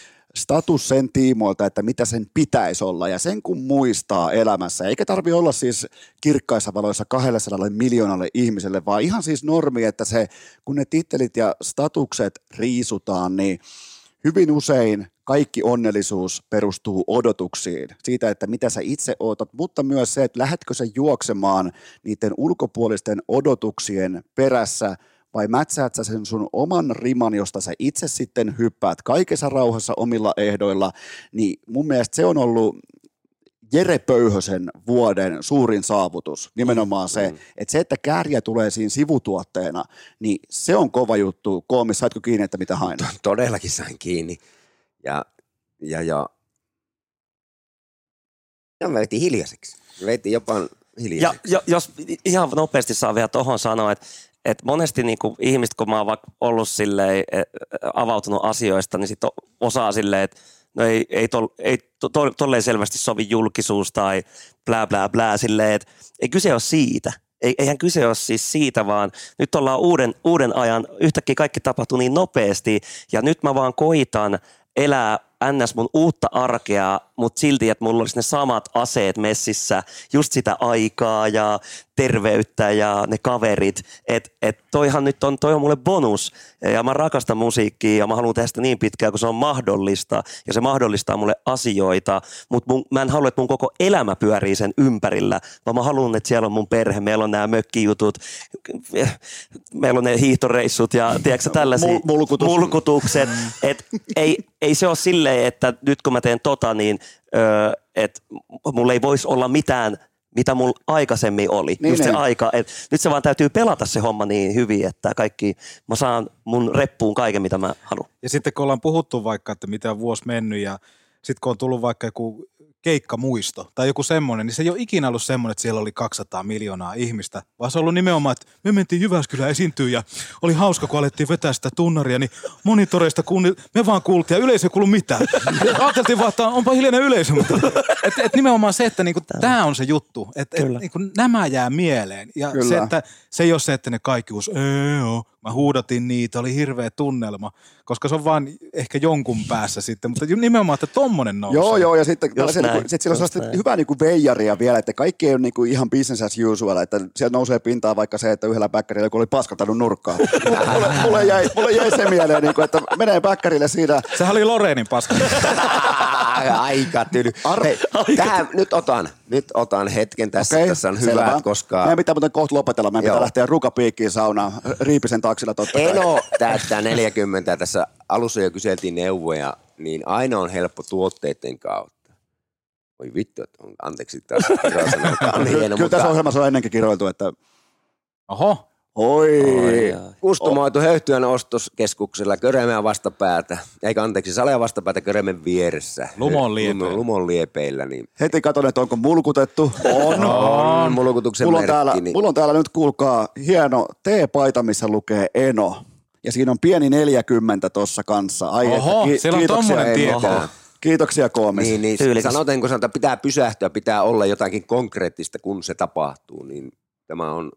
status sen tiimoilta, että mitä sen pitäisi olla ja sen kun muistaa elämässä, eikä tarvitse olla siis kirkkaissa valoissa kaksisataa miljoonalle ihmiselle, vaan ihan siis normi, että se, kun ne tittelit ja statukset riisutaan, niin hyvin usein kaikki onnellisuus perustuu odotuksiin siitä, että mitä sä itse ootat, mutta myös se, että lähdetkö sä juoksemaan niiden ulkopuolisten odotuksien perässä, vai mätsäät sä sen sun oman riman, josta sä itse sitten hyppäät kaikessa rauhassa omilla ehdoilla, niin mun mielestä se on ollut Jere Pöyhösen vuoden suurin saavutus, nimenomaan se, mm. että se, että Kääriä tulee siinä sivutuotteena, niin se on kova juttu. Koomis, saitko kiinni, että mitä hain? Todellakin sain kiinni. Ja, ja, ja, ja me veitiin hiljaiseksi. Me veitiin jopa Ja hiljaiseksi. jo, jos ihan nopeasti saa vielä tohon sanoa, että et monesti niinku ihmiset, kun mä oon vaikka ollut silleen, avautunut asioista, niin sit osaa silleen, että no ei, ei, tol, ei to, to, tolleen selvästi sovi julkisuus tai blää blää blää silleen, että ei kyse ole siitä. Ei, eihän kyse ole siis siitä, vaan nyt ollaan uuden, uuden ajan, yhtäkkiä kaikki tapahtuu niin nopeasti ja nyt mä vaan koitan elää ns. Mun uutta arkea, mutta silti, että mulla olisi ne samat aseet messissä, just sitä aikaa ja terveyttä ja ne kaverit. Että et toihan nyt on, toi on mulle bonus ja mä rakastan musiikkia ja mä haluan tehdä sitä niin pitkään, kun se on mahdollista ja se mahdollistaa mulle asioita, mutta mä en halua, että mun koko elämä pyörii sen ympärillä, vaan mä haluan, että siellä on mun perhe, meillä on nämä mökkijutut, meillä on ne hiihtoreissut ja tiedätkö tällaisia Mulkutus. mulkutukset, että ei, ei se ole silleen, että nyt kun mä teen tota, niin öö, että mulla ei voisi olla mitään, mitä mulla aikaisemmin oli. Niin, Just se niin. aika. Et nyt se vaan täytyy pelata se homma niin hyvin, että kaikki, mä saan mun reppuun kaiken, mitä mä haluan. Ja sitten kun ollaan puhuttu vaikka, että mitä on vuosi mennyt ja sitten kun on tullut vaikka joku keikkamuisto tai joku semmoinen, niin se ei ole ikinä ollut semmoinen, että siellä oli kaksisataa miljoonaa ihmistä, vaan se on ollut nimenomaan, että me mentiin Jyväskylään esiintyä ja oli hauska, kun alettiin vetää sitä tunnaria, niin monitoreista kunni, me vaan kuultiin ja yleisö ei kuulu mitään. Ajateltiin vaan, että onpa hiljainen yleisö, mutta et, et nimenomaan se, että niinku, tämä on se juttu, että et, niinku, nämä jää mieleen ja Kyllä. se, että se ei ole se, että ne kaikki us, joo, mä huudatin niitä, oli hirveä tunnelma, koska se on vaan ehkä jonkun päässä sitten, mutta nimenomaan, että tommonen nousee. Joo, joo, ja sitten näin, sit sillä on sellaista hyvää niinku veijaria vielä, että kaikki ei ole niinku ihan business as usual, että sieltä nousee pintaan vaikka se, että yhdellä päkkärillä joku oli paskaltanut nurkkaan. mulle, mulle, jäi, mulle jäi se mieleen, niinku, että menee päkkärille siinä. Sehän oli Loreenin paska. Aika tyly. Ar- Hei, tähän nyt otan, nyt otan hetken tässä, okay, tässä on hyvä, selvä. Koska... Meidän pitää muuten kohta lopetella, meidän Joo. pitää lähteä rukapiikkiin saunaan, Riipisen taksilla totta kai. Eno täyttää neljäkymmentä, tässä alussa jo kyseltiin neuvoja, niin aina on helppo tuotteiden kautta. Oi vittu, että on, anteeksi taas kirjoittanut, on hieno. Kyllä mutta... tässä ohjelmassa on ennenkin kirjoiltu, että... Oho. Oi. Oi kustomoitu oh. Höyhtyön ostoskeskuksella Köremään vastapäätä, eikä anteeksi, Salea vastapäätä Köremen vieressä. Lumon liepeillä. Lumon liepeillä. Niin. Heti katon, että onko mulkutettu. On. On mulkutuksen mulla on merkki. Täällä, niin. Mulla on täällä nyt, kuulkaa, hieno T-paita, missä lukee Eno. Ja siinä on pieni neljäkymmentä tossa kanssa. Ai Oho, että, ki- siellä on tommonen tietää. Kiitoksia koomis. Niin, niin sanotaan, kun sanotaan, pitää pysähtyä, pitää olla jotakin konkreettista, kun se tapahtuu, niin tämä on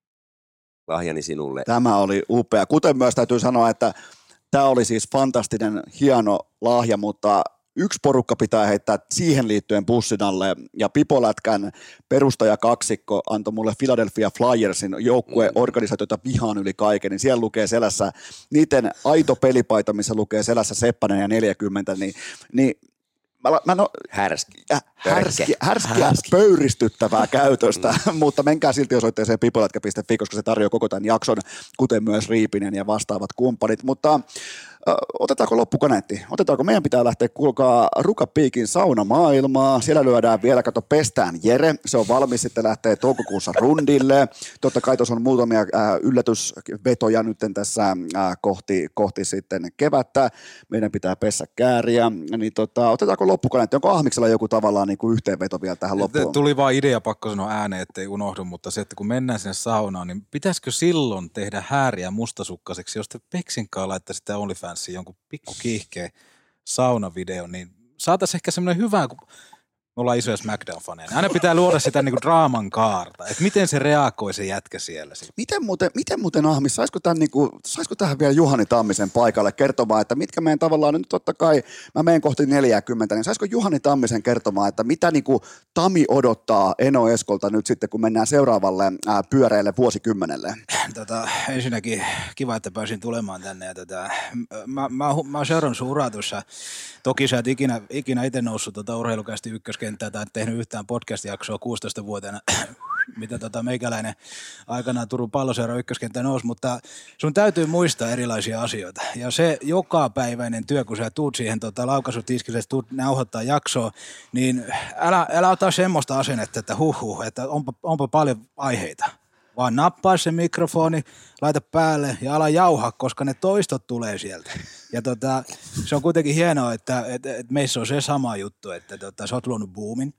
lahjani sinulle. Tämä oli upea. Kuten myös täytyy sanoa, että tämä oli siis fantastinen, hieno lahja, mutta yksi porukka pitää heittää siihen liittyen bussin alle, ja Pipolätkän perustajakaksikko antoi mulle Philadelphia Flyersin joukkueorganisaatio, jota vihaan yli kaiken, niin siellä lukee selässä niiden aito pelipaita, missä lukee selässä Seppänen ja neljäkymmentä, niin, niin Mä, mä no, härski. Äh, härski, härskiä, härski. Pöyristyttävää käytöstä, mm. mutta menkää silti osoitteeseen pipolätkä piste fi, koska se tarjoaa koko tämän jakson, kuten myös Riipinen ja vastaavat kumppanit. Mutta äh, otetaanko loppukaneetti? Otetaanko? Meidän pitää lähteä, kuulkaa, Rukapiikin saunamaailmaa. Siellä lyödään vielä, kato, pestään Jere. Se on valmis, sitten lähtee toukokuussa rundille. Totta kai tuossa on muutamia äh, yllätysvetoja nyt tässä äh, kohti, kohti sitten kevättä. Meidän pitää pessä kääriä. Niin tota, otetaanko loppukaneetti? Onko Ahmiksella joku tavallaan niin kuin yhteenveto vielä tähän loppuun? Tuli vaan idea, pakko sanoa ääneen, ettei unohdu, mutta se, että kun mennään sinne saunaan, niin pitäisikö silloin tehdä hääriä mustasukkaiseksi, jos te Peksinkaan laittaisitte OnlyFansiin jonkun pikku kiihkeä saunavideo, niin saataisiin ehkä semmoinen hyvä, kun me ollaan isoja SmackDown-faneja. Aina pitää luoda sitä niinku draaman kaarta, että miten se reagoi se jätkä siellä. Miten muuten, miten muuten Ahmis, saisiko, tämän, niinku, saisiko tähän vielä Juhani Tammisen paikalle kertomaan, että mitkä meidän tavallaan, nyt totta kai mä menen kohti neljäkymmentä, niin saisiko Juhani Tammisen kertomaan, että mitä niinku Tami odottaa Eno Eskolta nyt sitten, kun mennään seuraavalle ää, pyöreille vuosikymmenelle? Tota, ensinnäkin kiva, että pääsin tulemaan tänne. Ja tota, mä, mä, mä oon seurannut sun uraa tuossa. Toki sä et ikinä, ikinä itse noussut tota urheilukästi ykköskenttää tai et tehnyt yhtään podcast-jaksoa kuusitoista-vuotiaana, mitä tota meikäläinen aikanaan Turun Palloseura ykköskenttä nousi, mutta sun täytyy muistaa erilaisia asioita. Ja se jokapäiväinen työ, kun sä tuut siihen tota, laukaisutiskille, tuut nauhoittaa jaksoa, niin älä, älä ota semmoista asennetta, että huhhuh, että onpa, onpa paljon aiheita. Vaan nappaa se mikrofoni, laita päälle ja ala jauhaa, koska ne toistot tulee sieltä. Ja tota, se on kuitenkin hienoa, että et, et meissä on se sama juttu, että tota, sä oot luonut boomin.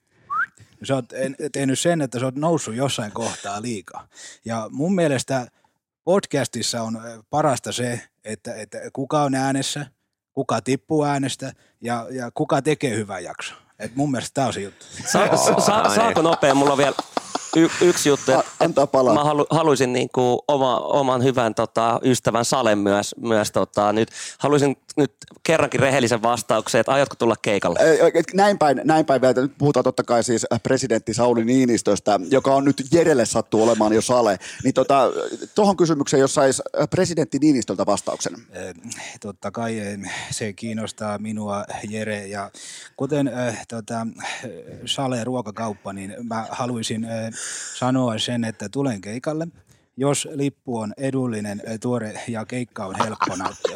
Sä oot tehnyt sen, että sä oot noussut jossain kohtaa liikaa. Ja mun mielestä podcastissa on parasta se, että, että kuka on äänessä, kuka tippuu äänestä ja, ja kuka tekee hyvän jakson. Et mun mielestä tää on se juttu. Sa- sa- sa- saako nopea? Mulla on vielä y- yksi juttu. A- antaa palaa. Mä halu- haluaisin niinku oma, oman hyvän tota, ystävän Salen myös, myös tota, nyt. Haluaisin nyt kerrankin rehellisen vastauksen, että aiotko tulla keikalle? Näin päin, näin päin vielä. Nyt puhutaan totta kai siis presidentti Sauli Niinistöstä, joka on nyt Jerelle sattuu olemaan jo Sale. Niin tota, tuohon kysymykseen, jos sais presidentti Niinistöltä vastauksen. Totta kai se kiinnostaa minua, Jere, ja kuten äh, tota, Sale ruokakauppa, niin mä haluaisin äh, sanoa sen, että tulen keikalle. Jos lippu on edullinen, tuore ja keikka on helppo nauttia.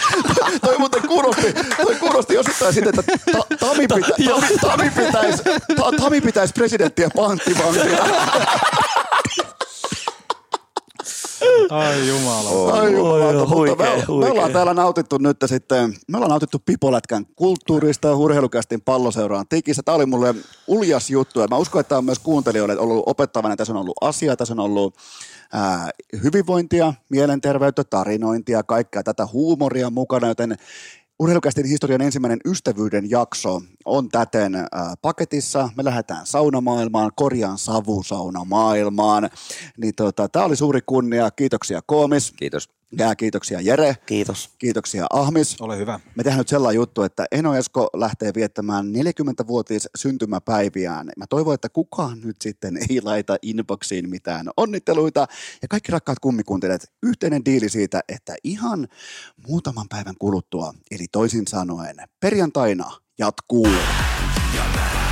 Toi muuten kuulosti, toi kuulosti osittain siitä, että ta, Tami, pitä, Tami, Tami, pitäisi, ta, Tami pitäisi presidenttiä panttivankia. Ai jumala. Ai jumala, mutta huikea, me, huikea. me ollaan täällä nautittu nyt sitten, me ollaan nautittu Pipolätkän kulttuurista, urheilukästin palloseuraan tikissä. Tämä oli mulle uljas juttu ja mä uskon, että tämä on myös kuuntelijoille ollut opettavainen. Tässä on ollut asia, tässä on ollut ää, hyvinvointia, mielenterveyttä, tarinointia, kaikkea tätä huumoria mukana, joten Urheilukästin historian ensimmäinen ystävyyden jakso on täten äh, paketissa. Me lähdetään saunamaailmaan, korjaan savusaunamaailmaan. Niin tota, tämä oli suuri kunnia. Kiitoksia Koomis. Kiitos. Ja kiitoksia Jere. Kiitos. Kiitoksia Ahmis. Ole hyvä. Me tehdään nyt sellainen juttu, että Eno Esko lähtee viettämään neljäkymmentävuotias syntymäpäiviään. Mä toivon, että kukaan nyt sitten ei laita inboxiin mitään onnitteluita. Ja kaikki rakkaat kummikuuntelijat, yhteinen diili siitä, että ihan muutaman päivän kuluttua, eli toisin sanoen perjantaina jatkuu.